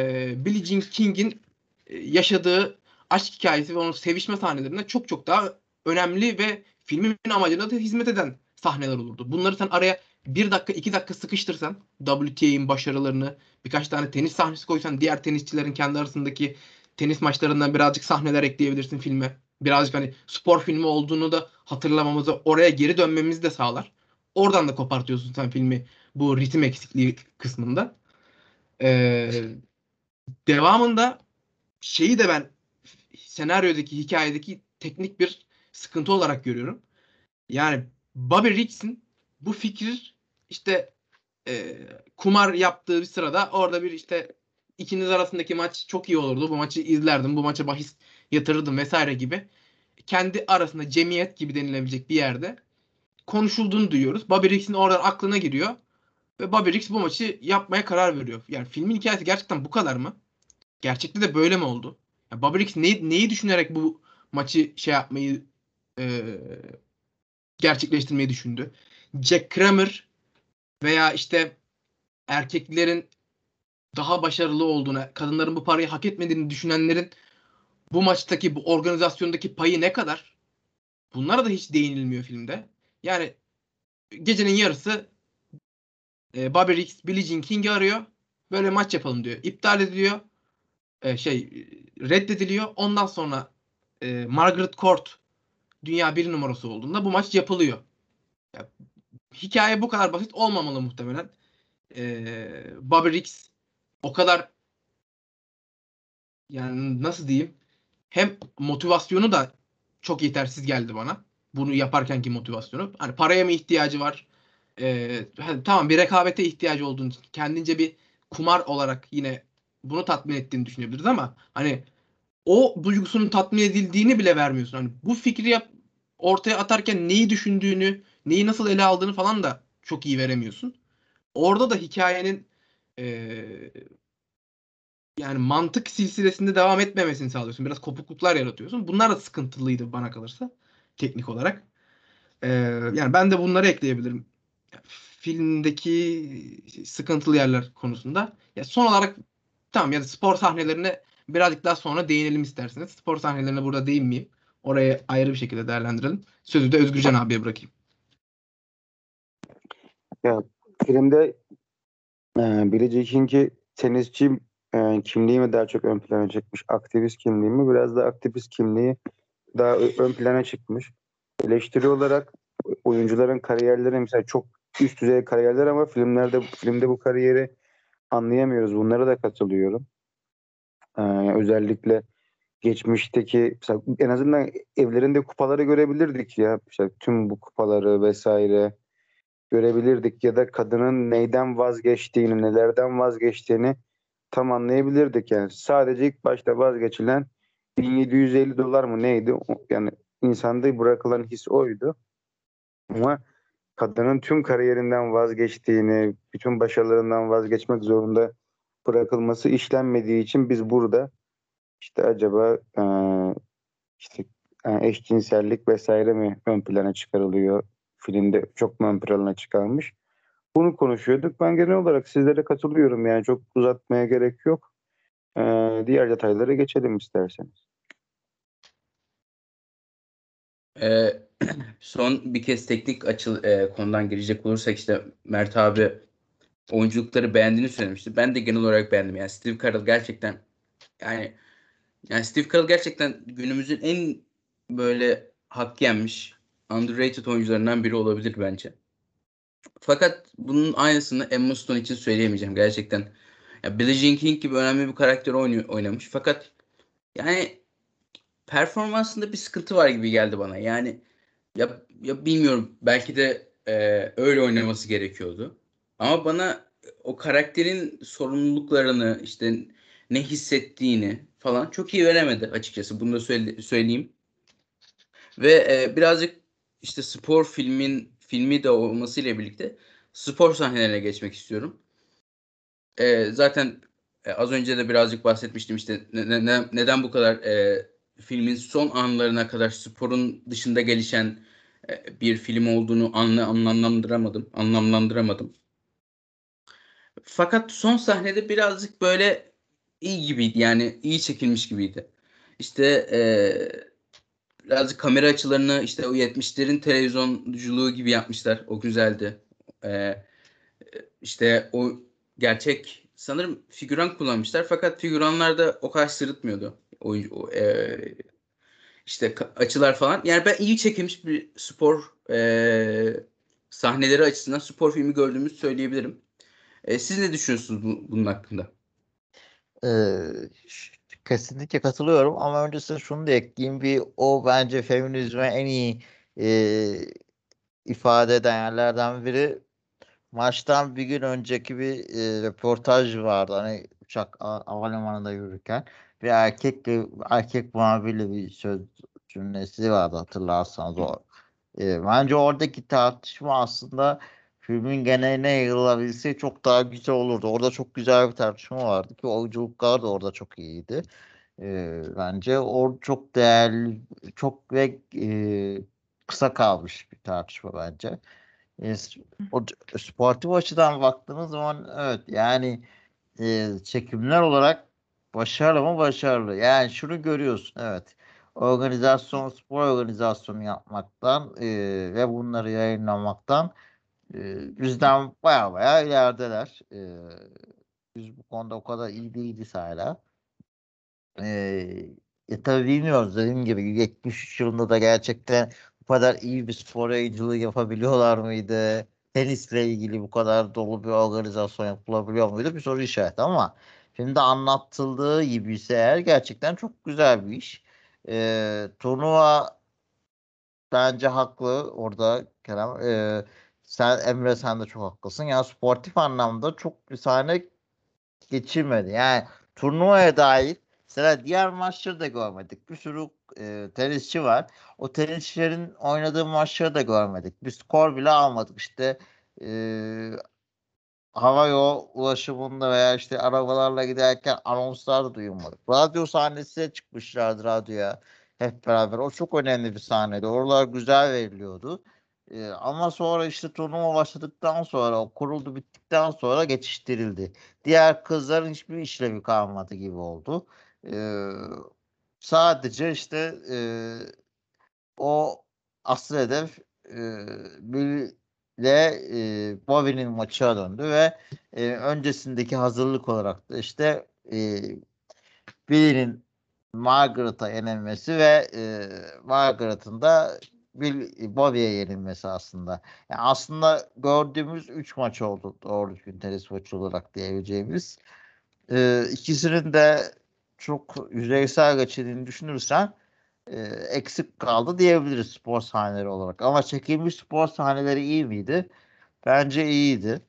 Billie Jean King'in yaşadığı aşk hikayesi ve onun sevişme sahnelerinde çok çok daha önemli ve filmin amacına da hizmet eden sahneler olurdu. Bunları sen araya 1 dakika 2 dakika sıkıştırsan, WTA'nin başarılarını, birkaç tane tenis sahnesi koysan, diğer tenisçilerin kendi arasındaki tenis maçlarından birazcık sahneler ekleyebilirsin filme. Birazcık hani spor filmi olduğunu da hatırlamamızı, oraya geri dönmemizi de sağlar. Oradan da kopartıyorsun sen filmi bu ritim eksikliği kısmında. Ee, Devamında şeyi de ben senaryodaki, hikayedeki teknik bir sıkıntı olarak görüyorum. Yani Bobby Riggs'in bu fikir işte kumar yaptığı bir sırada orada bir işte ikiniz arasındaki maç çok iyi olurdu. Bu maçı izlerdim. Bu maça bahis yatırırdım vesaire gibi. Kendi arasında cemiyet gibi denilebilecek bir yerde konuşulduğunu duyuyoruz. Bobby Riggs'in oradan aklına giriyor ve Bobby Riggs bu maçı yapmaya karar veriyor. Yani filmin hikayesi gerçekten bu kadar mı? Gerçekte de böyle mi oldu? Ya Bobby Riggs neyi düşünerek bu maçı şey yapmayı e, gerçekleştirmeyi düşündü? Jack Kramer veya işte erkeklerin daha başarılı olduğunu, kadınların bu parayı hak etmediğini düşünenlerin bu maçtaki, bu organizasyondaki payı ne kadar? Bunlara da hiç değinilmiyor filmde. Yani gecenin yarısı Bobby Riggs Billie Jean King'i arıyor. Böyle maç yapalım diyor. İptal ediliyor. Reddediliyor. Ondan sonra Margaret Court dünya bir numarası olduğunda bu maç yapılıyor. Ya, hikaye bu kadar basit olmamalı muhtemelen. Bobby Riggs o kadar, yani nasıl diyeyim, hem motivasyonu da çok yetersiz geldi bana. Bunu yaparkenki motivasyonu. Hani paraya mı ihtiyacı var? Hani tamam, bir rekabete ihtiyacı olduğunu için kendince bir kumar olarak yine bunu tatmin ettiğini düşünebiliriz ama hani o duygusunun tatmin edildiğini bile vermiyorsun. Hani bu fikri ortaya atarken neyi düşündüğünü, neyi nasıl ele aldığını falan da çok iyi veremiyorsun. Orada da hikayenin e, yani mantık silsilesinde devam etmemesini sağlıyorsun. Biraz kopukluklar yaratıyorsun. Bunlar da sıkıntılıydı bana kalırsa teknik olarak. Ee, Yani ben de bunları ekleyebilirim. Filmdeki sıkıntılı yerler konusunda. Ya son olarak tamam, ya da spor sahnelerine birazcık daha sonra değinelim isterseniz. Spor sahnelerine burada değinmeyeyim. Oraya ayrı bir şekilde değerlendirelim. Sözü de Özgürcan abiye bırakayım. Ya filmde Billie Jean King'i tenisçi kimliği mi daha çok ön plana çıkmış, aktivist kimliği mi? Biraz da aktivist kimliği daha ön plana çıkmış. Eleştiri olarak oyuncuların kariyerleri mesela çok üst düzey kariyerler ama filmde bu kariyeri anlayamıyoruz. Bunlara da katılıyorum. Özellikle geçmişteki mesela en azından evlerinde kupaları görebilirdik ya. Mesela tüm bu kupaları vesaire görebilirdik ya da kadının neyden vazgeçtiğini, nelerden vazgeçtiğini tam anlayabilirdik yani. Sadece ilk başta vazgeçilen 1750 dolar mı neydi? Yani insanda bırakılan his oydu. Ama kadının tüm kariyerinden vazgeçtiğini, bütün başarılarından vazgeçmek zorunda bırakılması işlenmediği için biz burada işte acaba işte eşcinsellik vesaire mi ön plana çıkarılıyor? Filmde çok mu ön plana çıkarmış? Bunu konuşuyorduk. Ben genel olarak sizlere katılıyorum. Yani çok uzatmaya gerek yok. Diğer detaylara geçelim isterseniz. Ee, Son bir kez teknik konudan girecek olursak işte Mert abi oyunculukları beğendiğini söylemişti. Ben de genel olarak beğendim. Yani Steve Carell gerçekten, yani Steve Carell gerçekten günümüzün en böyle hak yenmiş underrated oyuncularından biri olabilir bence. Fakat bunun aynısını Emma Stone için söyleyemeyeceğim gerçekten. Ya Billie Jean King gibi önemli bir karakter oynamış. Fakat yani performansında bir sıkıntı var gibi geldi bana. Yani ya bilmiyorum, belki de öyle oynaması gerekiyordu. Ama bana o karakterin sorumluluklarını, işte ne hissettiğini falan çok iyi veremedi açıkçası. Bunu da söyleyeyim. Ve birazcık işte spor filmi de olmasıyla birlikte spor sahnelerine geçmek istiyorum. Zaten az önce de birazcık bahsetmiştim, işte neden bu kadar filmin son anlarına kadar sporun dışında gelişen bir film olduğunu anlamlandıramadım. Fakat son sahnede birazcık böyle iyi gibiydi, yani iyi çekilmiş gibiydi. İşte birazcık kamera açılarını işte o 70'lerin televizyonculuğu gibi yapmışlar. O güzeldi. E, işte o gerçek sanırım figüran kullanmışlar fakat figüranlar da o kadar sırıtmıyordu. İşte açılar falan. Yani ben iyi çekilmiş bir spor sahneleri açısından spor filmi gördüğümüzü söyleyebilirim. Siz ne düşünüyorsunuz bunun hakkında? Kesinlikle katılıyorum ama öncesinde şunu da ekleyeyim. O bence feminizme en iyi e, ifade eden yerlerden biri. Maçtan bir gün önceki bir röportaj vardı. Hani havalimanında yürürken bir erkek muhabirle bir söz cümlesi vardı, hatırlarsanız o. Bence oradaki tartışma aslında filmin geneline yayılabilse çok daha güzel olurdu. Orada çok güzel bir tartışma vardı ki oyunculuklar da orada çok iyiydi. Bence o çok değerli, çok ve kısa kalmış bir tartışma bence. E, s- Sportif açıdan baktığınız zaman evet, yani çekimler olarak başarılı mı? Başarılı. Yani şunu görüyorsun, evet. Spor organizasyonu yapmaktan ve bunları yayınlamaktan bizden baya baya ilerideler. Biz bu konuda o kadar iyi değiliz hala. Tabii bilmiyoruz, dediğim gibi 73 yılında da gerçekten bu kadar iyi bir spor yayıncılığı yapabiliyorlar mıydı? Tenisle ilgili bu kadar dolu bir organizasyon yapılabiliyor muydu? Bir soru işareti ama şimdi anlatıldığı gibi ise eğer gerçekten çok güzel bir iş. Turnuva bence haklı orada Kerem. Emre, sen de çok haklısın. Yani sportif anlamda çok bir sahne geçirmedi. Yani turnuvaya dair mesela diğer maçları da görmedik. Bir sürü tenisçi var. O tenisçilerin oynadığı maçları da görmedik. Bir skor bile almadık. İşte e, hava yol ulaşımında veya işte arabalarla giderken anonslar da duyulmadı. Radyo sahnesine çıkmışlardı, radyoya hep beraber. O çok önemli bir sahneydi. Oralar güzel veriliyordu. Ama sonra işte turnuva başladıktan sonra, o kuruldu bittikten sonra geçiştirildi. Diğer kızların hiçbir işlevi kalmadı gibi oldu. Ee, Sadece işte o asıl hedef Bill ile Bobby'nin maçına döndü ve öncesindeki hazırlık olarak da işte Billy'nin Margaret'a yenilmesi ve Margaret'ın da Bobby'ye yenilmesi aslında. Yani aslında gördüğümüz 3 maç oldu doğru düzgün tenis maçı olarak diyebileceğimiz. İkisinin de çok yüzeysel geçirdiğini düşünürsen eksik kaldı diyebiliriz spor sahneleri olarak. Ama çekilmiş spor sahneleri iyi miydi? Bence iyiydi.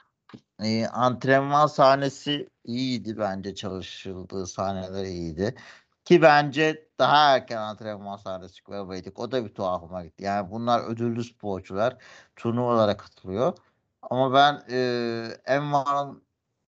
Antrenman sahnesi iyiydi bence, çalışıldığı sahneler iyiydi. Ki bence daha erken antrenman sahnesi görmeydik. O da bir tuhafıma gitti. Yani bunlar ödüllü sporcular. Turnuvalara katılıyor. Ama ben Emma'nın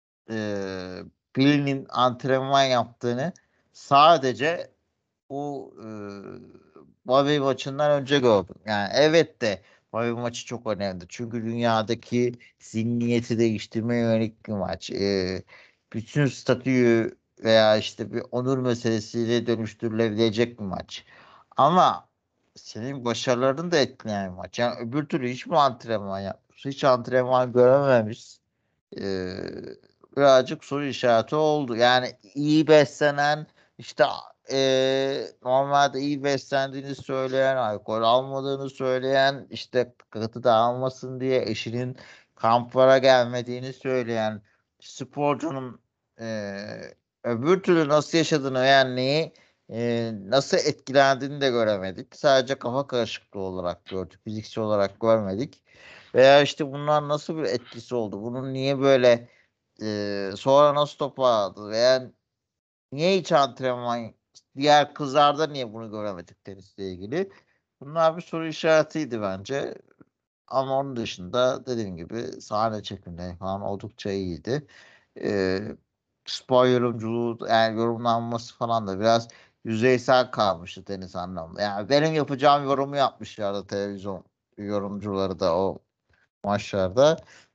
Billy'nin antrenman yaptığını sadece o Bobby maçından önce gördüm. Yani evet de Bobby maçı çok önemli. Çünkü dünyadaki zihniyeti değiştirmeye yönelik bir maç. Bütün statüyü veya işte bir onur meselesiyle dönüştürülebilecek bir maç. Ama senin başarılarını da etkileyen bir maç. Yani öbür türlü hiç mi antrenman yapmış? Hiç antrenman görememiş. Ee, Birazcık soru işareti oldu. Yani iyi beslenen, işte normalde iyi beslendiğini söyleyen, alkol almadığını söyleyen, işte katı da almasın diye eşinin kamplara gelmediğini söyleyen sporcunun öbür türlü nasıl yaşadığını, yani neyi nasıl etkilendiğini de göremedik. Sadece kafa karışıklığı olarak gördük. Fiziksel olarak görmedik. Veya işte bunlar nasıl bir etkisi oldu? Bunun niye böyle sonra nasıl toparladı? Veya niye hiç antrenman, diğer kızlarda niye bunu göremedik tenisle ilgili? Bunlar bir soru işaretiydi bence. Ama onun dışında dediğim gibi sahne çekimleri falan oldukça iyiydi. Ee, Spor yorumculuğu, yani yorumlanması falan da biraz yüzeysel kalmıştı tenis anlamında. Yani benim yapacağım yorumu yapmışlardı televizyon yorumcuları da o maçlarda.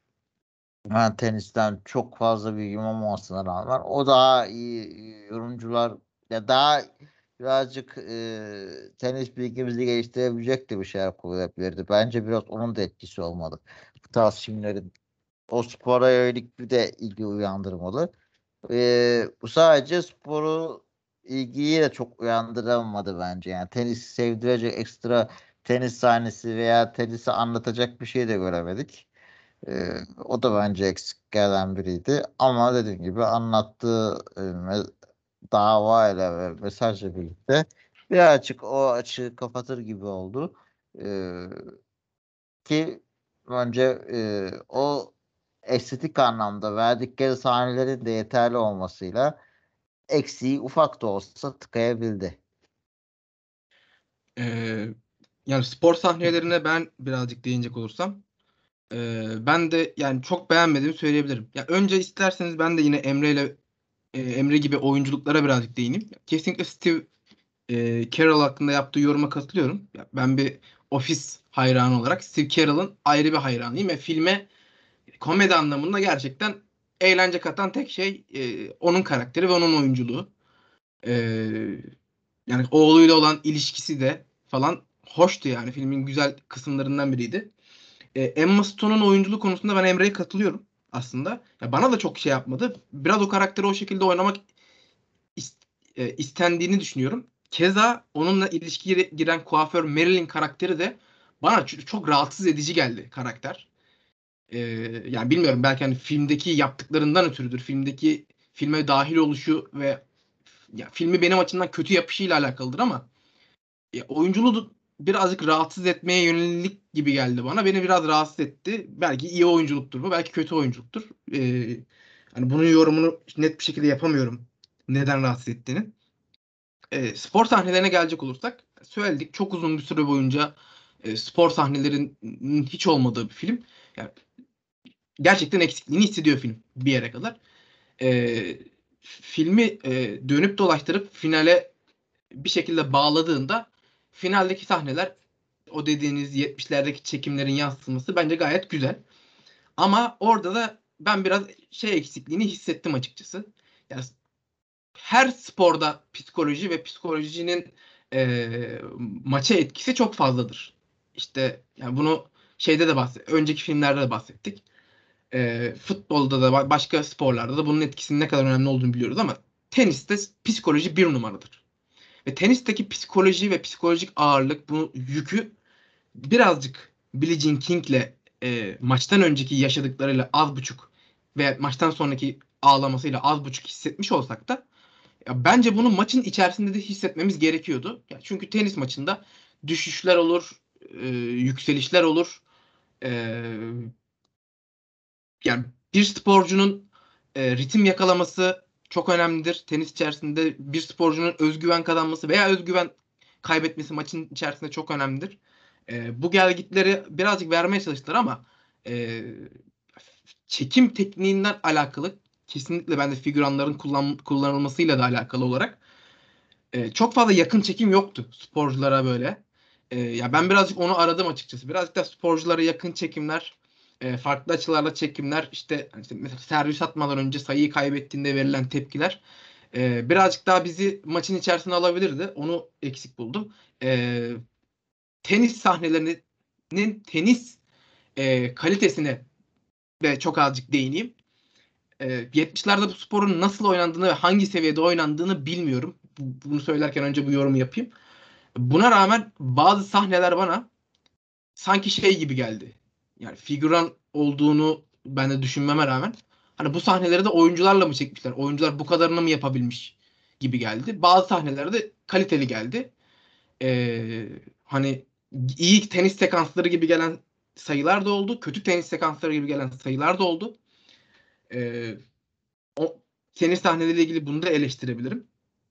Ben tenisten çok fazla bilgim olmamasına rağmen o daha iyi yorumcular, ya daha birazcık tenis bilgimizi geliştirebilecekti, bir şeyler kurulabilirdi. Bence biraz onun da etkisi olmalı. Bu tarz filmlerin o spora yönelik bir de ilgi uyandırmalı. Bu sadece sporu ilgiyi de çok uyandıramadı bence. Yani tenis sevdirecek ekstra tenis sahnesi veya tenisi anlatacak bir şey de göremedik. O da bence eksiklerden biriydi. Ama dediğim gibi anlattığı davayla ve mesajla birlikte birazcık o açığı kapatır gibi oldu. Ee, Ki bence o estetik anlamda verdikleri sahnelerin de yeterli olmasıyla eksiği ufak da olsa tıkayabildi. Ee, Yani spor sahnelerine ben birazcık değinecek olursam ben de yani çok beğenmediğimi söyleyebilirim. Ya önce isterseniz ben de yine Emre gibi oyunculuklara birazcık değineyim. Kesinlikle Steve Carell hakkında yaptığı yoruma katılıyorum. Ya ben bir Office hayranı olarak Steve Carell'ın ayrı bir hayranıyım ve filme komedi anlamında gerçekten eğlence katan tek şey onun karakteri ve onun oyunculuğu. E, Yani oğluyla olan ilişkisi de falan hoştu, yani filmin güzel kısımlarından biriydi. Emma Stone'un oyunculuğu konusunda ben Emre'ye katılıyorum aslında. Ya bana da çok şey yapmadı. Biraz o karakteri o şekilde oynamak is- istendiğini düşünüyorum. Keza onunla ilişkiye giren kuaför Marilyn karakteri de bana çok rahatsız edici geldi karakter. Ee, Yani bilmiyorum, belki hani filmdeki yaptıklarından ötürüdür. Filme dahil oluşu ve ya filmi benim açımdan kötü yapışıyla alakalıdır ama oyunculuğu da birazcık rahatsız etmeye yönelik gibi geldi bana. Beni biraz rahatsız etti. Belki iyi oyunculuktur bu, belki kötü oyunculuktur. Hani bunun yorumunu net bir şekilde yapamıyorum. Neden rahatsız ettiğini. Spor sahnelerine gelecek olursak söyledik, çok uzun bir süre boyunca spor sahnelerinin hiç olmadığı bir film. Yani gerçekten eksikliğini hissediyor film bir yere kadar. E, Filmi dönüp dolaştırıp finale bir şekilde bağladığında finaldeki sahneler, o dediğiniz 70'lerdeki çekimlerin yansıtılması bence gayet güzel. Ama orada da ben biraz şey eksikliğini hissettim açıkçası. Yani her sporda psikoloji ve psikolojinin maça etkisi çok fazladır. İşte yani bunu önceki filmlerde de bahsettik. Futbolda da başka sporlarda da bunun etkisinin ne kadar önemli olduğunu biliyoruz ama teniste psikoloji bir numaradır. Ve tenisteki psikoloji ve psikolojik ağırlık, bu yükü birazcık Billie Jean King'le maçtan önceki yaşadıklarıyla az buçuk ve maçtan sonraki ağlamasıyla az buçuk hissetmiş olsak da ya bence bunu maçın içerisinde de hissetmemiz gerekiyordu. Ya çünkü tenis maçında düşüşler olur, yükselişler olur. E, Yani bir sporcunun ritim yakalaması çok önemlidir. Tenis içerisinde bir sporcunun özgüven kazanması veya özgüven kaybetmesi maçın içerisinde çok önemlidir. Bu gelgitleri birazcık vermeye çalıştılar ama e, çekim tekniğinden alakalı, kesinlikle bence figüranların kullanılmasıyla da alakalı olarak çok fazla yakın çekim yoktu sporculara böyle. Ya ben birazcık onu aradım açıkçası. Birazcık da sporculara yakın çekimler, farklı açılarla çekimler, işte mesela servis atmadan önce sayıyı kaybettiğinde verilen tepkiler birazcık daha bizi maçın içerisine alabilirdi. Onu eksik buldum. Tenis sahnelerinin tenis kalitesine de çok azıcık değineyim. 70'lerde bu sporun nasıl oynandığını ve hangi seviyede oynandığını bilmiyorum. Bunu söylerken önce bu yorumu yapayım. Buna rağmen bazı sahneler bana sanki şey gibi geldi. Yani figüran olduğunu ben de düşünmeme rağmen hani bu sahneleri de oyuncularla mı çekmişler? Oyuncular bu kadarını mı yapabilmiş gibi geldi. Bazı sahnelerde kaliteli geldi. Hani iyi tenis sekansları gibi gelen sayılar da oldu. Kötü tenis sekansları gibi gelen sayılar da oldu. Ee, O tenis sahneleriyle ilgili bunu da eleştirebilirim.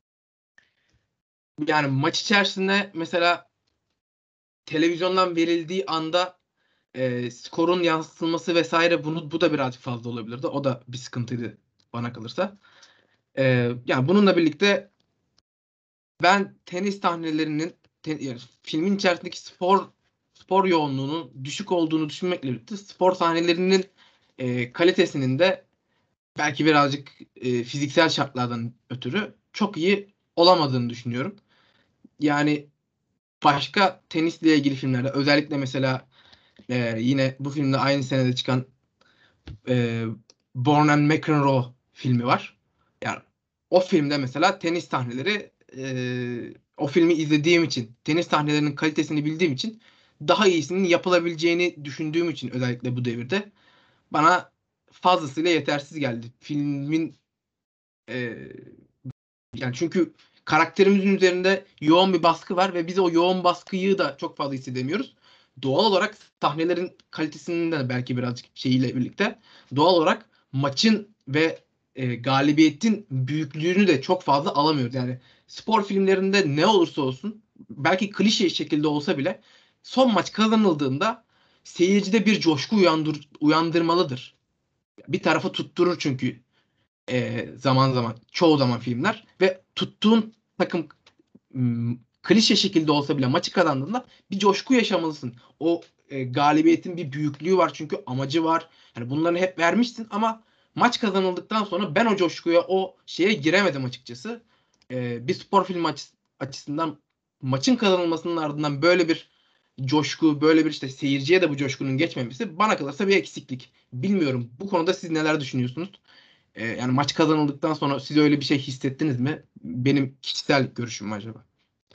Yani maç içerisinde mesela televizyondan verildiği anda skorun yansıtılması vesaire, bu da birazcık fazla olabilirdi. O da bir sıkıntıydı bana kalırsa. Yani bununla birlikte ben tenis sahnelerinin yani filmin içerisindeki spor yoğunluğunun düşük olduğunu düşünmekle birlikte spor sahnelerinin kalitesinin de belki birazcık fiziksel şartlardan ötürü çok iyi olamadığını düşünüyorum. yani başka tenisle ilgili filmlerde, özellikle mesela yine bu filmde aynı senede çıkan Born and McEnroe filmi var. Yani o filmde mesela tenis sahneleri, o filmi izlediğim için, tenis sahnelerinin kalitesini bildiğim için, daha iyisinin yapılabileceğini düşündüğüm için, özellikle bu devirde bana fazlasıyla yetersiz geldi. Filmin e, yani çünkü karakterimizin üzerinde yoğun bir baskı var ve biz o yoğun baskıyı da çok fazla hissedemiyoruz. Doğal olarak sahnelerin kalitesinin de belki birazcık şeyiyle birlikte, doğal olarak maçın ve galibiyetin büyüklüğünü de çok fazla alamıyoruz. Yani spor filmlerinde ne olursa olsun, belki klişe şekilde olsa bile, son maç kazanıldığında seyircide bir coşku uyandırmalıdır. Bir tarafı tutturur çünkü zaman zaman, çoğu zaman filmler, ve tuttuğun takım klişe şekilde olsa bile maçı kazandığında bir coşku yaşamalısın. O galibiyetin bir büyüklüğü var çünkü amacı var. Yani bunları hep vermişsin ama maç kazanıldıktan sonra ben o coşkuya, o şeye giremedim açıkçası. Bir spor filmi açısından maçın kazanılmasının ardından böyle bir coşku, böyle bir işte seyirciye de bu coşkunun geçmemesi bana kalırsa bir eksiklik. Bilmiyorum. Bu konuda siz neler düşünüyorsunuz? Yani maç kazanıldıktan sonra siz öyle bir şey hissettiniz mi? Benim kişisel görüşüm acaba.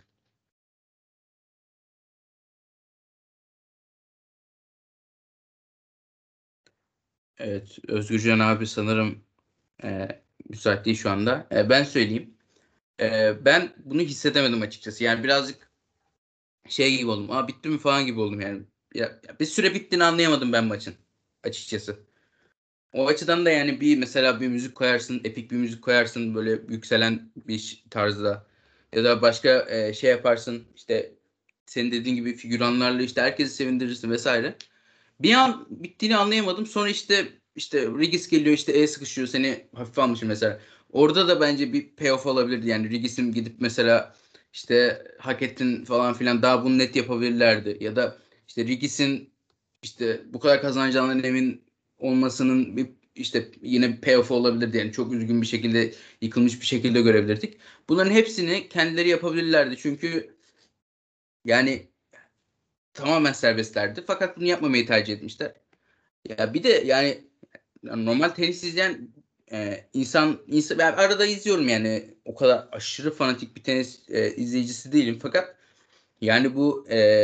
Evet, Özgürcan abi sanırım müsait değil şu anda. Ben söyleyeyim. Ben bunu hissedemedim açıkçası. Yani birazcık şey gibi oldum. Aa, bitti mi falan gibi oldum yani. Bir süre bittiğini anlayamadım ben maçın açıkçası. O açıdan da yani mesela bir müzik koyarsın, epik bir müzik koyarsın böyle yükselen bir tarzda. Ya da başka şey yaparsın, işte senin dediğin gibi figüranlarla işte herkesi sevindirirsin vesaire. Bir an bittiğini anlayamadım. Sonra işte Regis geliyor, işte sıkışıyor, seni hafife almışım mesela. Orada da bence bir payoff olabilirdi. Yani Regis'in gidip mesela işte hak ettin falan filan, daha bunu net yapabilirlerdi. Ya da işte Regis'in işte bu kadar kazanacağından emin olmasının bir işte yine bir payoff olabilirdi. Yani çok üzgün bir şekilde, yıkılmış bir şekilde görebilirdik. Bunların hepsini kendileri yapabilirlerdi. Çünkü yani tamamen serbestlerdi. Fakat bunu yapmamayı tercih etmişler. Ya bir de yani normal tenis izleyen insan ben arada izliyorum, yani o kadar aşırı fanatik bir tenis izleyicisi değilim, fakat yani bu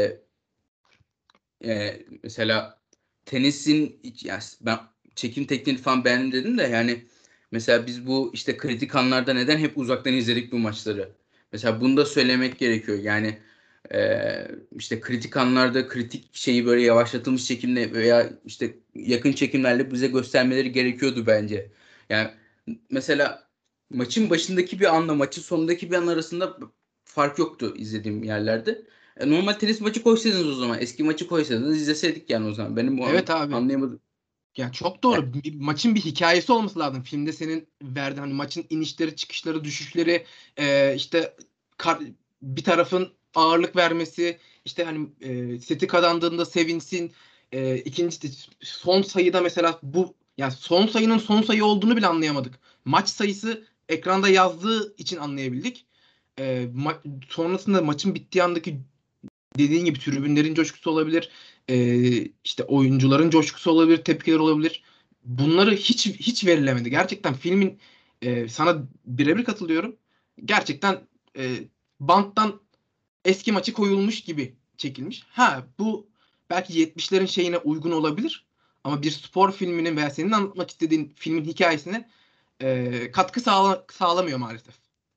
mesela tenisin yani ben çekim tekniğini falan beğendim dedim de, yani mesela biz bu işte kritik anlarda neden hep uzaktan izledik bu maçları? Mesela bunu da söylemek gerekiyor. Yani işte kritik anlarda kritik şeyi böyle yavaşlatılmış çekimle veya işte yakın çekimlerle bize göstermeleri gerekiyordu bence. Yani mesela maçın başındaki bir anla maçın sonundaki bir an arasında fark yoktu izlediğim yerlerde. Normal tenis maçı koysaydınız o zaman. Eski maçı koysaydınız izleseydik yani o zaman. Benim bu Evet abi. anlayamadım. Yani çok Yani, doğru. Maçın bir hikayesi olması lazım. Filmde senin verdiğin, hani maçın inişleri, çıkışları, düşüşleri, işte kar- bir tarafın ağırlık vermesi, işte hani seti kazandığında sevinsin. İkinci son sayıda mesela, bu yani son sayının son sayı olduğunu bile anlayamadık. Maç sayısı ekranda yazdığı için anlayabildik. Sonrasında maçın bittiği andaki, dediğin gibi, tribünlerin coşkusu olabilir. İşte oyuncuların coşkusu olabilir, tepkiler olabilir. Bunları hiç verilemedi. Gerçekten filmin, sana birebir katılıyorum. Gerçekten banttan eski maçı koyulmuş gibi çekilmiş. Ha, bu belki 70'lerin şeyine uygun olabilir. Ama bir spor filminin veya senin anlatmak istediğin filmin hikayesine katkı sağlamıyor maalesef.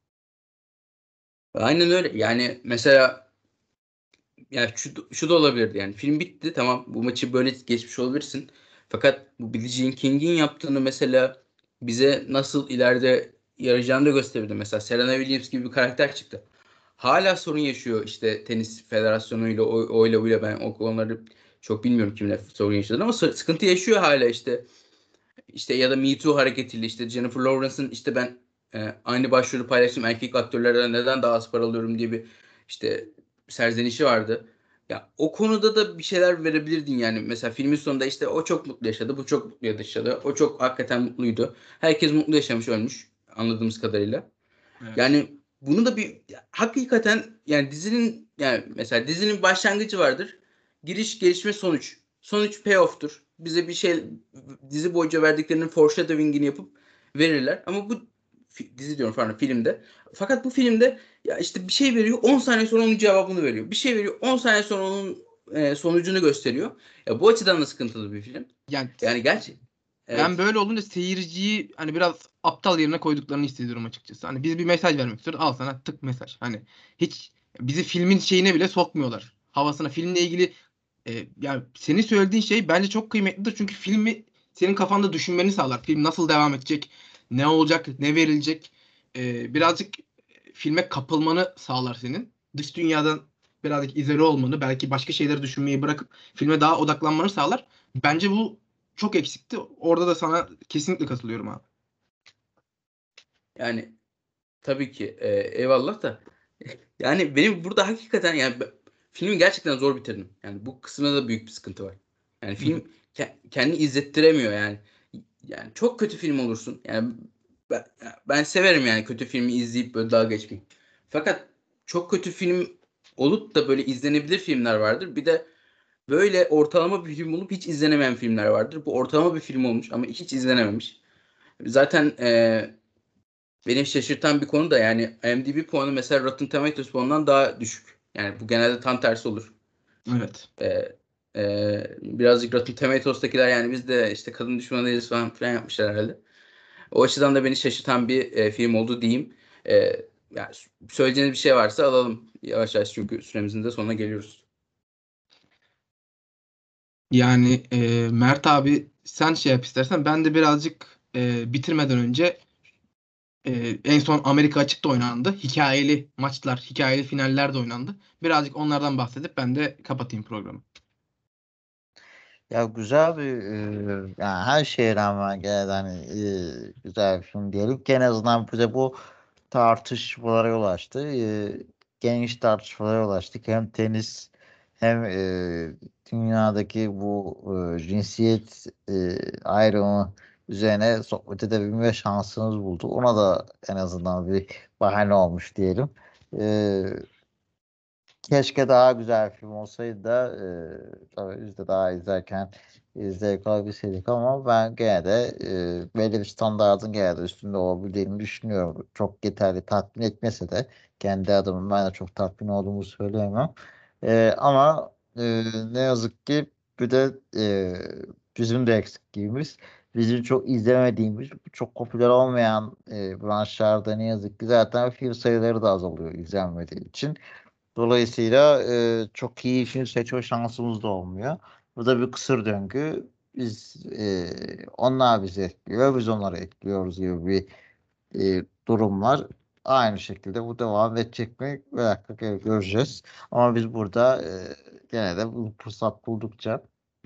aynen öyle. Yani mesela yani şu da olabilirdi, yani film bitti, tamam, bu maçı böyle geçmiş olabilirsin. Fakat bu Billie Jean King'in yaptığını mesela bize nasıl ileride yarayacağını da gösterirdi. Mesela Serena Williams gibi bir karakter çıktı. Hala sorun yaşıyor işte tenis federasyonuyla, oyla buyla, ben o konuları çok bilmiyorum kimle sorun yaşadığını, ama sıkıntı yaşıyor hala işte. İşte ya da Me Too hareketiyle işte Jennifer Lawrence'ın işte ben aynı başrolü paylaştığım erkek aktörlerden neden daha az para alıyorum diye bir işte serzenişi vardı. Ya o konuda da bir şeyler verebilirdin yani. Mesela filmin sonunda işte o çok mutlu yaşadı, bu çok mutlu yaşadı. O çok hakikaten mutluydu. Herkes mutlu yaşamış, ölmüş anladığımız kadarıyla. Evet. Yani bunu da hakikaten yani mesela dizinin başlangıcı vardır. Giriş, gelişme, sonuç. Sonuç payoff'tur. Bize bir şey dizi boyunca verdiklerinin foreshadowing'ini yapıp verirler. Ama bu dizi diyorum falan filmde. Fakat bu filmde ya işte bir şey veriyor, 10 saniye sonra onun cevabını veriyor. Bir şey veriyor, 10 saniye sonra onun sonucunu gösteriyor. Ya bu açıdan da sıkıntılı bir film. Yani Yani gerçi ben evet. böyle olunca seyirciyi hani biraz aptal yerine koyduklarını hissediyorum açıkçası. Hani biz bir mesaj vermek istiyoruz. Al sana tık mesaj. Hani hiç bizi filmin şeyine bile sokmuyorlar. Havasına filmle ilgili yani senin söylediğin şey bence çok kıymetlidir. Çünkü filmi senin kafanda düşünmeni sağlar. Film nasıl devam edecek? Ne olacak? Ne verilecek? Birazcık filme kapılmanı sağlar senin. Dış dünyadan birazcık izole olmanı, belki başka şeyleri düşünmeyi bırakıp filme daha odaklanmanı sağlar. Bence bu çok eksikti. Orada da sana kesinlikle katılıyorum abi. Yani tabii ki eyvallah da yani benim burada hakikaten yani filmi gerçekten zor bitirdim. Yani bu kısmında da büyük bir sıkıntı var. Yani Hı hı. film kendini izlettiremiyor yani. Yani çok kötü film olursun. Yani ben severim yani kötü filmi izleyip böyle dalga geçmeyi. Fakat çok kötü film olup da böyle izlenebilir filmler vardır. Bir de böyle ortalama bir film olup hiç izlenemeyen filmler vardır. Bu ortalama bir film olmuş ama hiç izlenememiş. Zaten beni şaşırtan bir konu da yani IMDb puanı mesela Rotten Tomatoes puanından daha düşük. Yani bu genelde tam tersi olur. Evet. Birazcık Rotten Tomatoes'takiler yani biz de işte kadın düşmanı değiliz falan filan yapmışlar herhalde. O açıdan da beni şaşırtan bir film oldu diyeyim. E, Yani söyleyeceğiniz bir şey varsa alalım yavaş yavaş çünkü süremizin de sonuna geliyoruz. Yani Mert abi sen şey yap istersen ben de birazcık bitirmeden önce en son Amerika açıkta oynandı. Hikayeli maçlar, hikayeli finaller de oynandı. Birazcık onlardan bahsedip ben de kapatayım programı. Ya güzel bir yani her şeye rağmen gene de hani güzel bir film diyelim ki en azından bize bu tartışmalara yol açtı. Geniş tartışmalara yol açtık. Hem tenis hem dünyadaki bu cinsiyet ayrımı üzerine sohbet edebilme şansımız buldu. Ona da en azından bir bahane olmuş diyelim. E, Keşke daha güzel film olsaydı da tabii biz de daha izlerken zevk alabilseydik ama ben gene de belli bir standartın gene de üstünde olabildiğini düşünüyorum. Çok yeterli tatmin etmese de kendi adımın ben de çok tatmin olduğumu söyleyemem. Ama ne yazık ki bir de bizim de eksikliğimiz bizim çok izlemediğimiz çok popüler olmayan branşlarda ne yazık ki zaten film sayıları da azalıyor izlenmediği için. Dolayısıyla çok iyi film seçme şansımız da olmuyor. Bu da bir kısır döngü. Onlar bizi ekliyor, biz onları ekliyoruz gibi bir durum var. Aynı şekilde bu devam edecek mi? Bir dakika göreceğiz. Ama biz burada gene de bu fırsat buldukça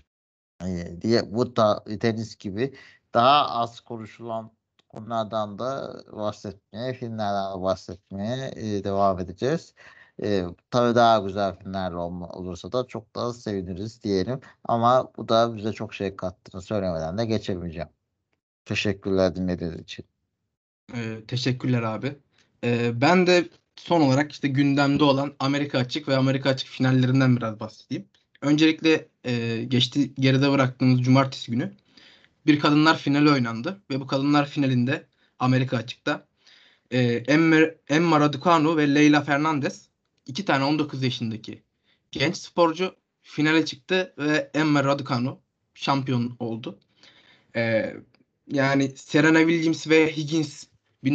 diye bu da tenis gibi daha az konuşulan konulardan da bahsetmeye, filmlerden de bahsetmeye devam edeceğiz. Tabii daha güzel filmler olursa da çok daha seviniriz diyelim. Ama bu da bize çok şey kattığını söylemeden de geçemeyeceğim. Teşekkürler dinlediğiniz için. Teşekkürler abi. Ben de son olarak işte gündemde olan Amerika Açık ve Amerika Açık finallerinden biraz bahsedeyim. Öncelikle geride bıraktığımız cumartesi günü bir kadınlar finali oynandı ve bu kadınlar finalinde Amerika Açık'ta Emma Raducanu ve Leyla Fernandez iki tane 19 yaşındaki genç sporcu finale çıktı ve Emma Raducanu şampiyon oldu. E, Yani Serena Williams ve Higgins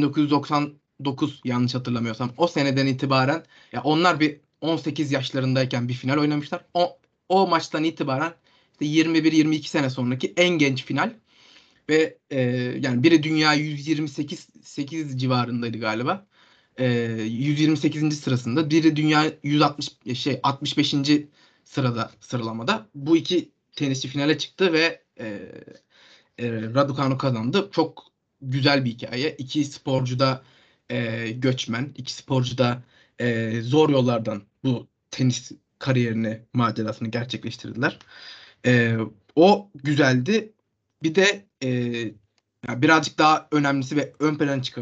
1999 yanlış hatırlamıyorsam o seneden itibaren ya onlar bir 18 yaşlarındayken bir final oynamışlar. O maçtan itibaren işte 21-22 sene sonraki en genç final ve yani biri dünya 128 civarındaydı galiba. 128. sırasında. Biri dünya 65. sırada sıralamada. Bu iki tenisçi finale çıktı ve Raducanu kazandı. Çok güzel bir hikaye. İki sporcu da göçmen. İki sporcu da zor yollardan bu tenis kariyerini, macerasını gerçekleştirdiler. E, O güzeldi. Bir de yani birazcık daha önemlisi ve ön plana çıkanı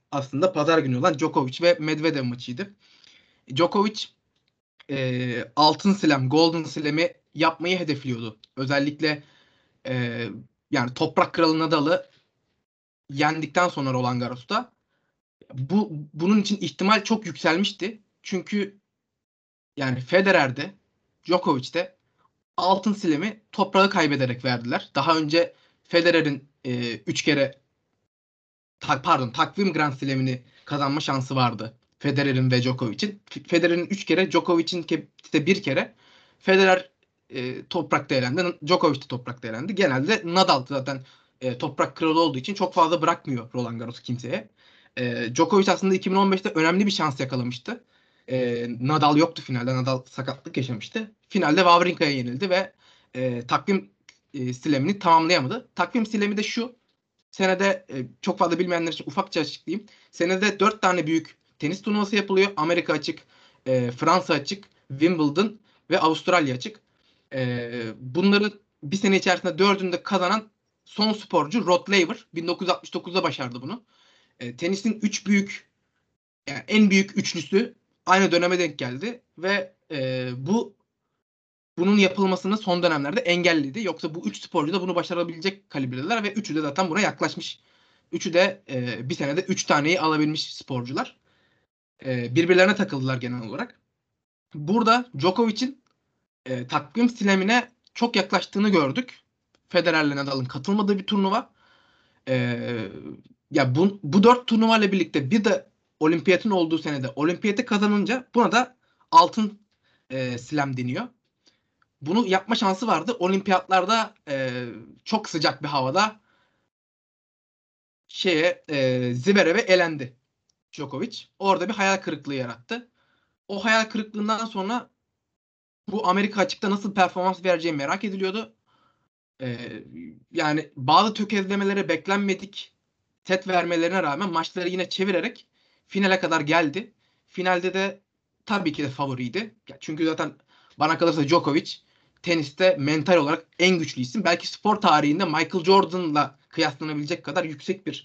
aslında pazar günü olan Djokovic ve Medvedev maçıydı. Djokovic altın slam, golden slam'i yapmayı hedefliyordu. Özellikle yani toprak kralı Nadal'ı yendikten sonra Roland Garros'ta bunun için ihtimal çok yükselmişti. Çünkü yani Federer'de, Djokovic'te altın slam'i toprağı kaybederek verdiler. Daha önce Federer'in 3 kere takvim Grand Slam'ini kazanma şansı vardı. Federer'in ve Djokovic'in. Federer'in 3 kere, Djokovic'in ise 1 kere. Federer toprakta elendi. Djokovic de toprakta elendi. Genelde Nadal zaten toprak kralı olduğu için çok fazla bırakmıyor Roland Garros kimseye. Djokovic aslında 2015'te önemli bir şans yakalamıştı. Nadal yoktu finalde. Nadal sakatlık yaşamıştı. Finalde Wawrinka'ya yenildi ve takvim slam'ini tamamlayamadı. Takvim slam'i de şu: senede çok fazla bilmeyenler için ufakça açıklayayım. Senede 4 tane büyük tenis turnuvası yapılıyor. Amerika açık, Fransa açık, Wimbledon ve Avustralya açık. Bunları bir sene içerisinde 4'ünü de kazanan son sporcu Rod Laver 1969'da başardı bunu. Tenisin 3 büyük, yani en büyük üçlüsü aynı döneme denk geldi ve bunun yapılmasını son dönemlerde engelledi. Yoksa bu 3 sporcu da bunu başarabilecek kalibredeler ve üçü de zaten buna yaklaşmış. Üçü de bir senede 3 taneyi alabilmiş sporcular. Birbirlerine takıldılar genel olarak. Burada Djokovic'in takvim slam'ine çok yaklaştığını gördük. Federer'le Nadal'ın katılmadığı bir turnuva. Ya bu 4 turnuva ile birlikte bir de olimpiyatın olduğu senede olimpiyatı kazanınca buna da altın slam deniyor. Bunu yapma şansı vardı. Olimpiyatlarda çok sıcak bir havada Zverev'e elendi Djokovic. Orada bir hayal kırıklığı yarattı. O hayal kırıklığından sonra bu Amerika açıkta nasıl performans vereceği merak ediliyordu. Yani bazı tökezlemelere beklenmedik set vermelerine rağmen maçları yine çevirerek finale kadar geldi. Finalde de tabii ki de favoriydi. Çünkü zaten bana kalırsa Djokovic teniste mental olarak en güçlü isim. Belki spor tarihinde Michael Jordan'la kıyaslanabilecek kadar yüksek bir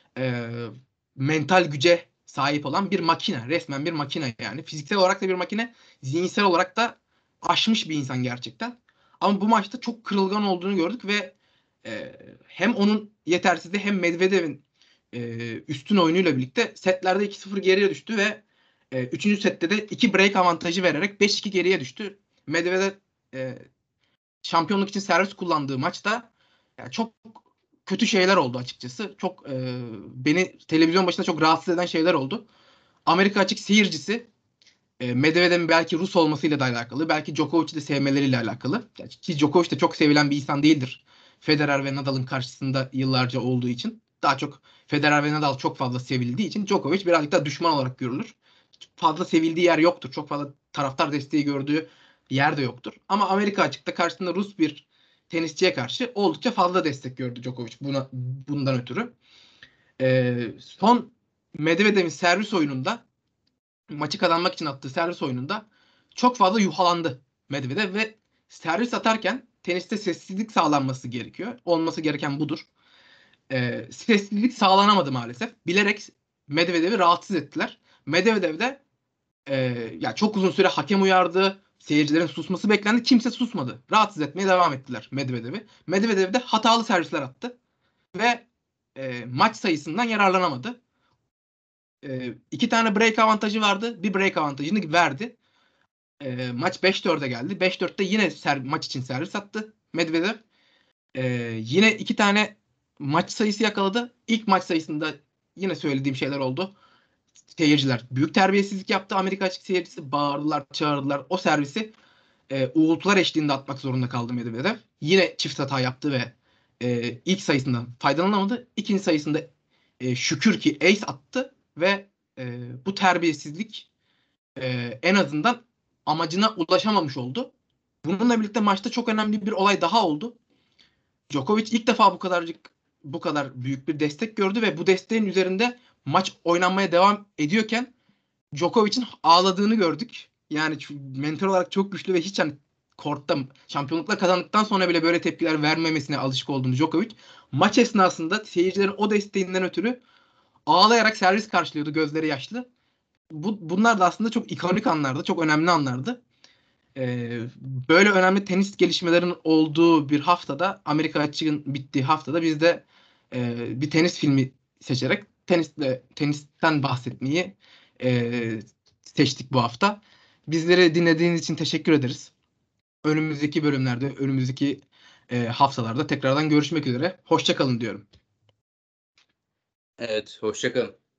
mental güce sahip olan bir makine. Resmen bir makine yani. Fiziksel olarak da bir makine. Zihinsel olarak da aşmış bir insan gerçekten. Ama bu maçta çok kırılgan olduğunu gördük ve hem onun yetersizliği hem Medvedev'in üstün oyunuyla birlikte setlerde 2-0 geriye düştü ve 3. sette de 2 break avantajı vererek 5-2 geriye düştü. Medvedev şampiyonluk için servis kullandığı maçta yani çok kötü şeyler oldu açıkçası. Çok beni televizyon başında çok rahatsız eden şeyler oldu. Amerika açık seyircisi Medvedev'in belki Rus olmasıyla da alakalı, belki Djokovic'i de sevmeleriyle alakalı. Ki Djokovic de çok sevilen bir insan değildir. Federer ve Nadal'ın karşısında yıllarca olduğu için. Daha çok Federer ve Nadal çok fazla sevildiği için Djokovic birazcık daha düşman olarak görülür. Fazla sevildiği yer yoktur. Çok fazla taraftar desteği gördüğü yer de yoktur. Ama Amerika açıkta karşısında Rus bir tenisçiye karşı oldukça fazla destek gördü Djokovic bundan ötürü. Son Medvedev'in servis oyununda, maçı kazanmak için attığı servis oyununda çok fazla yuhalandı Medvedev ve servis atarken teniste sessizlik sağlanması gerekiyor. Olması gereken budur. Sessizlik sağlanamadı maalesef. Bilerek Medvedev'i rahatsız ettiler. Medvedev de ya çok uzun süre hakem uyardı. Seyircilerin susması beklendi. Kimse susmadı. Rahatsız etmeye devam ettiler Medvedev'i. Medvedev de hatalı servisler attı. Ve maç sayısından yararlanamadı. 2 tane break avantajı vardı. Bir break avantajını verdi. Maç 5-4'e geldi. 5-4'te yine maç için servis attı Medvedev. Yine 2 tane maç sayısı yakaladı. İlk maç sayısında yine söylediğim şeyler oldu. Seyirciler büyük terbiyesizlik yaptı. Amerika açık seyircisi bağırdılar, çağırdılar. O servisi uğultular eşliğinde atmak zorunda kaldı Medvedev. Yine çift hata yaptı ve ilk sayısından faydalanamadı. İkinci sayısında şükür ki ace attı ve bu terbiyesizlik en azından amacına ulaşamamış oldu. Bununla birlikte maçta çok önemli bir olay daha oldu. Djokovic ilk defa bu kadar büyük bir destek gördü ve bu desteğin üzerinde maç oynanmaya devam ediyorken Djokovic'in ağladığını gördük. Yani mental olarak çok güçlü ve hiç hani kortta şampiyonluklar kazandıktan sonra bile böyle tepkiler vermemesine alışık olduğumuz Djokovic maç esnasında seyircilerin o desteğinden ötürü ağlayarak servis karşılıyordu, gözleri yaşlı. Bunlar da aslında çok ikonik anlardı, çok önemli anlardı. Böyle önemli tenis gelişmelerinin olduğu bir haftada, Amerika açığın bittiği haftada biz de bir tenis filmi seçerek tenisten bahsetmeyi seçtik bu hafta. Bizleri dinlediğiniz için teşekkür ederiz. Önümüzdeki bölümlerde, önümüzdeki haftalarda tekrardan görüşmek üzere. Hoşça kalın diyorum. Evet, hoşça kalın.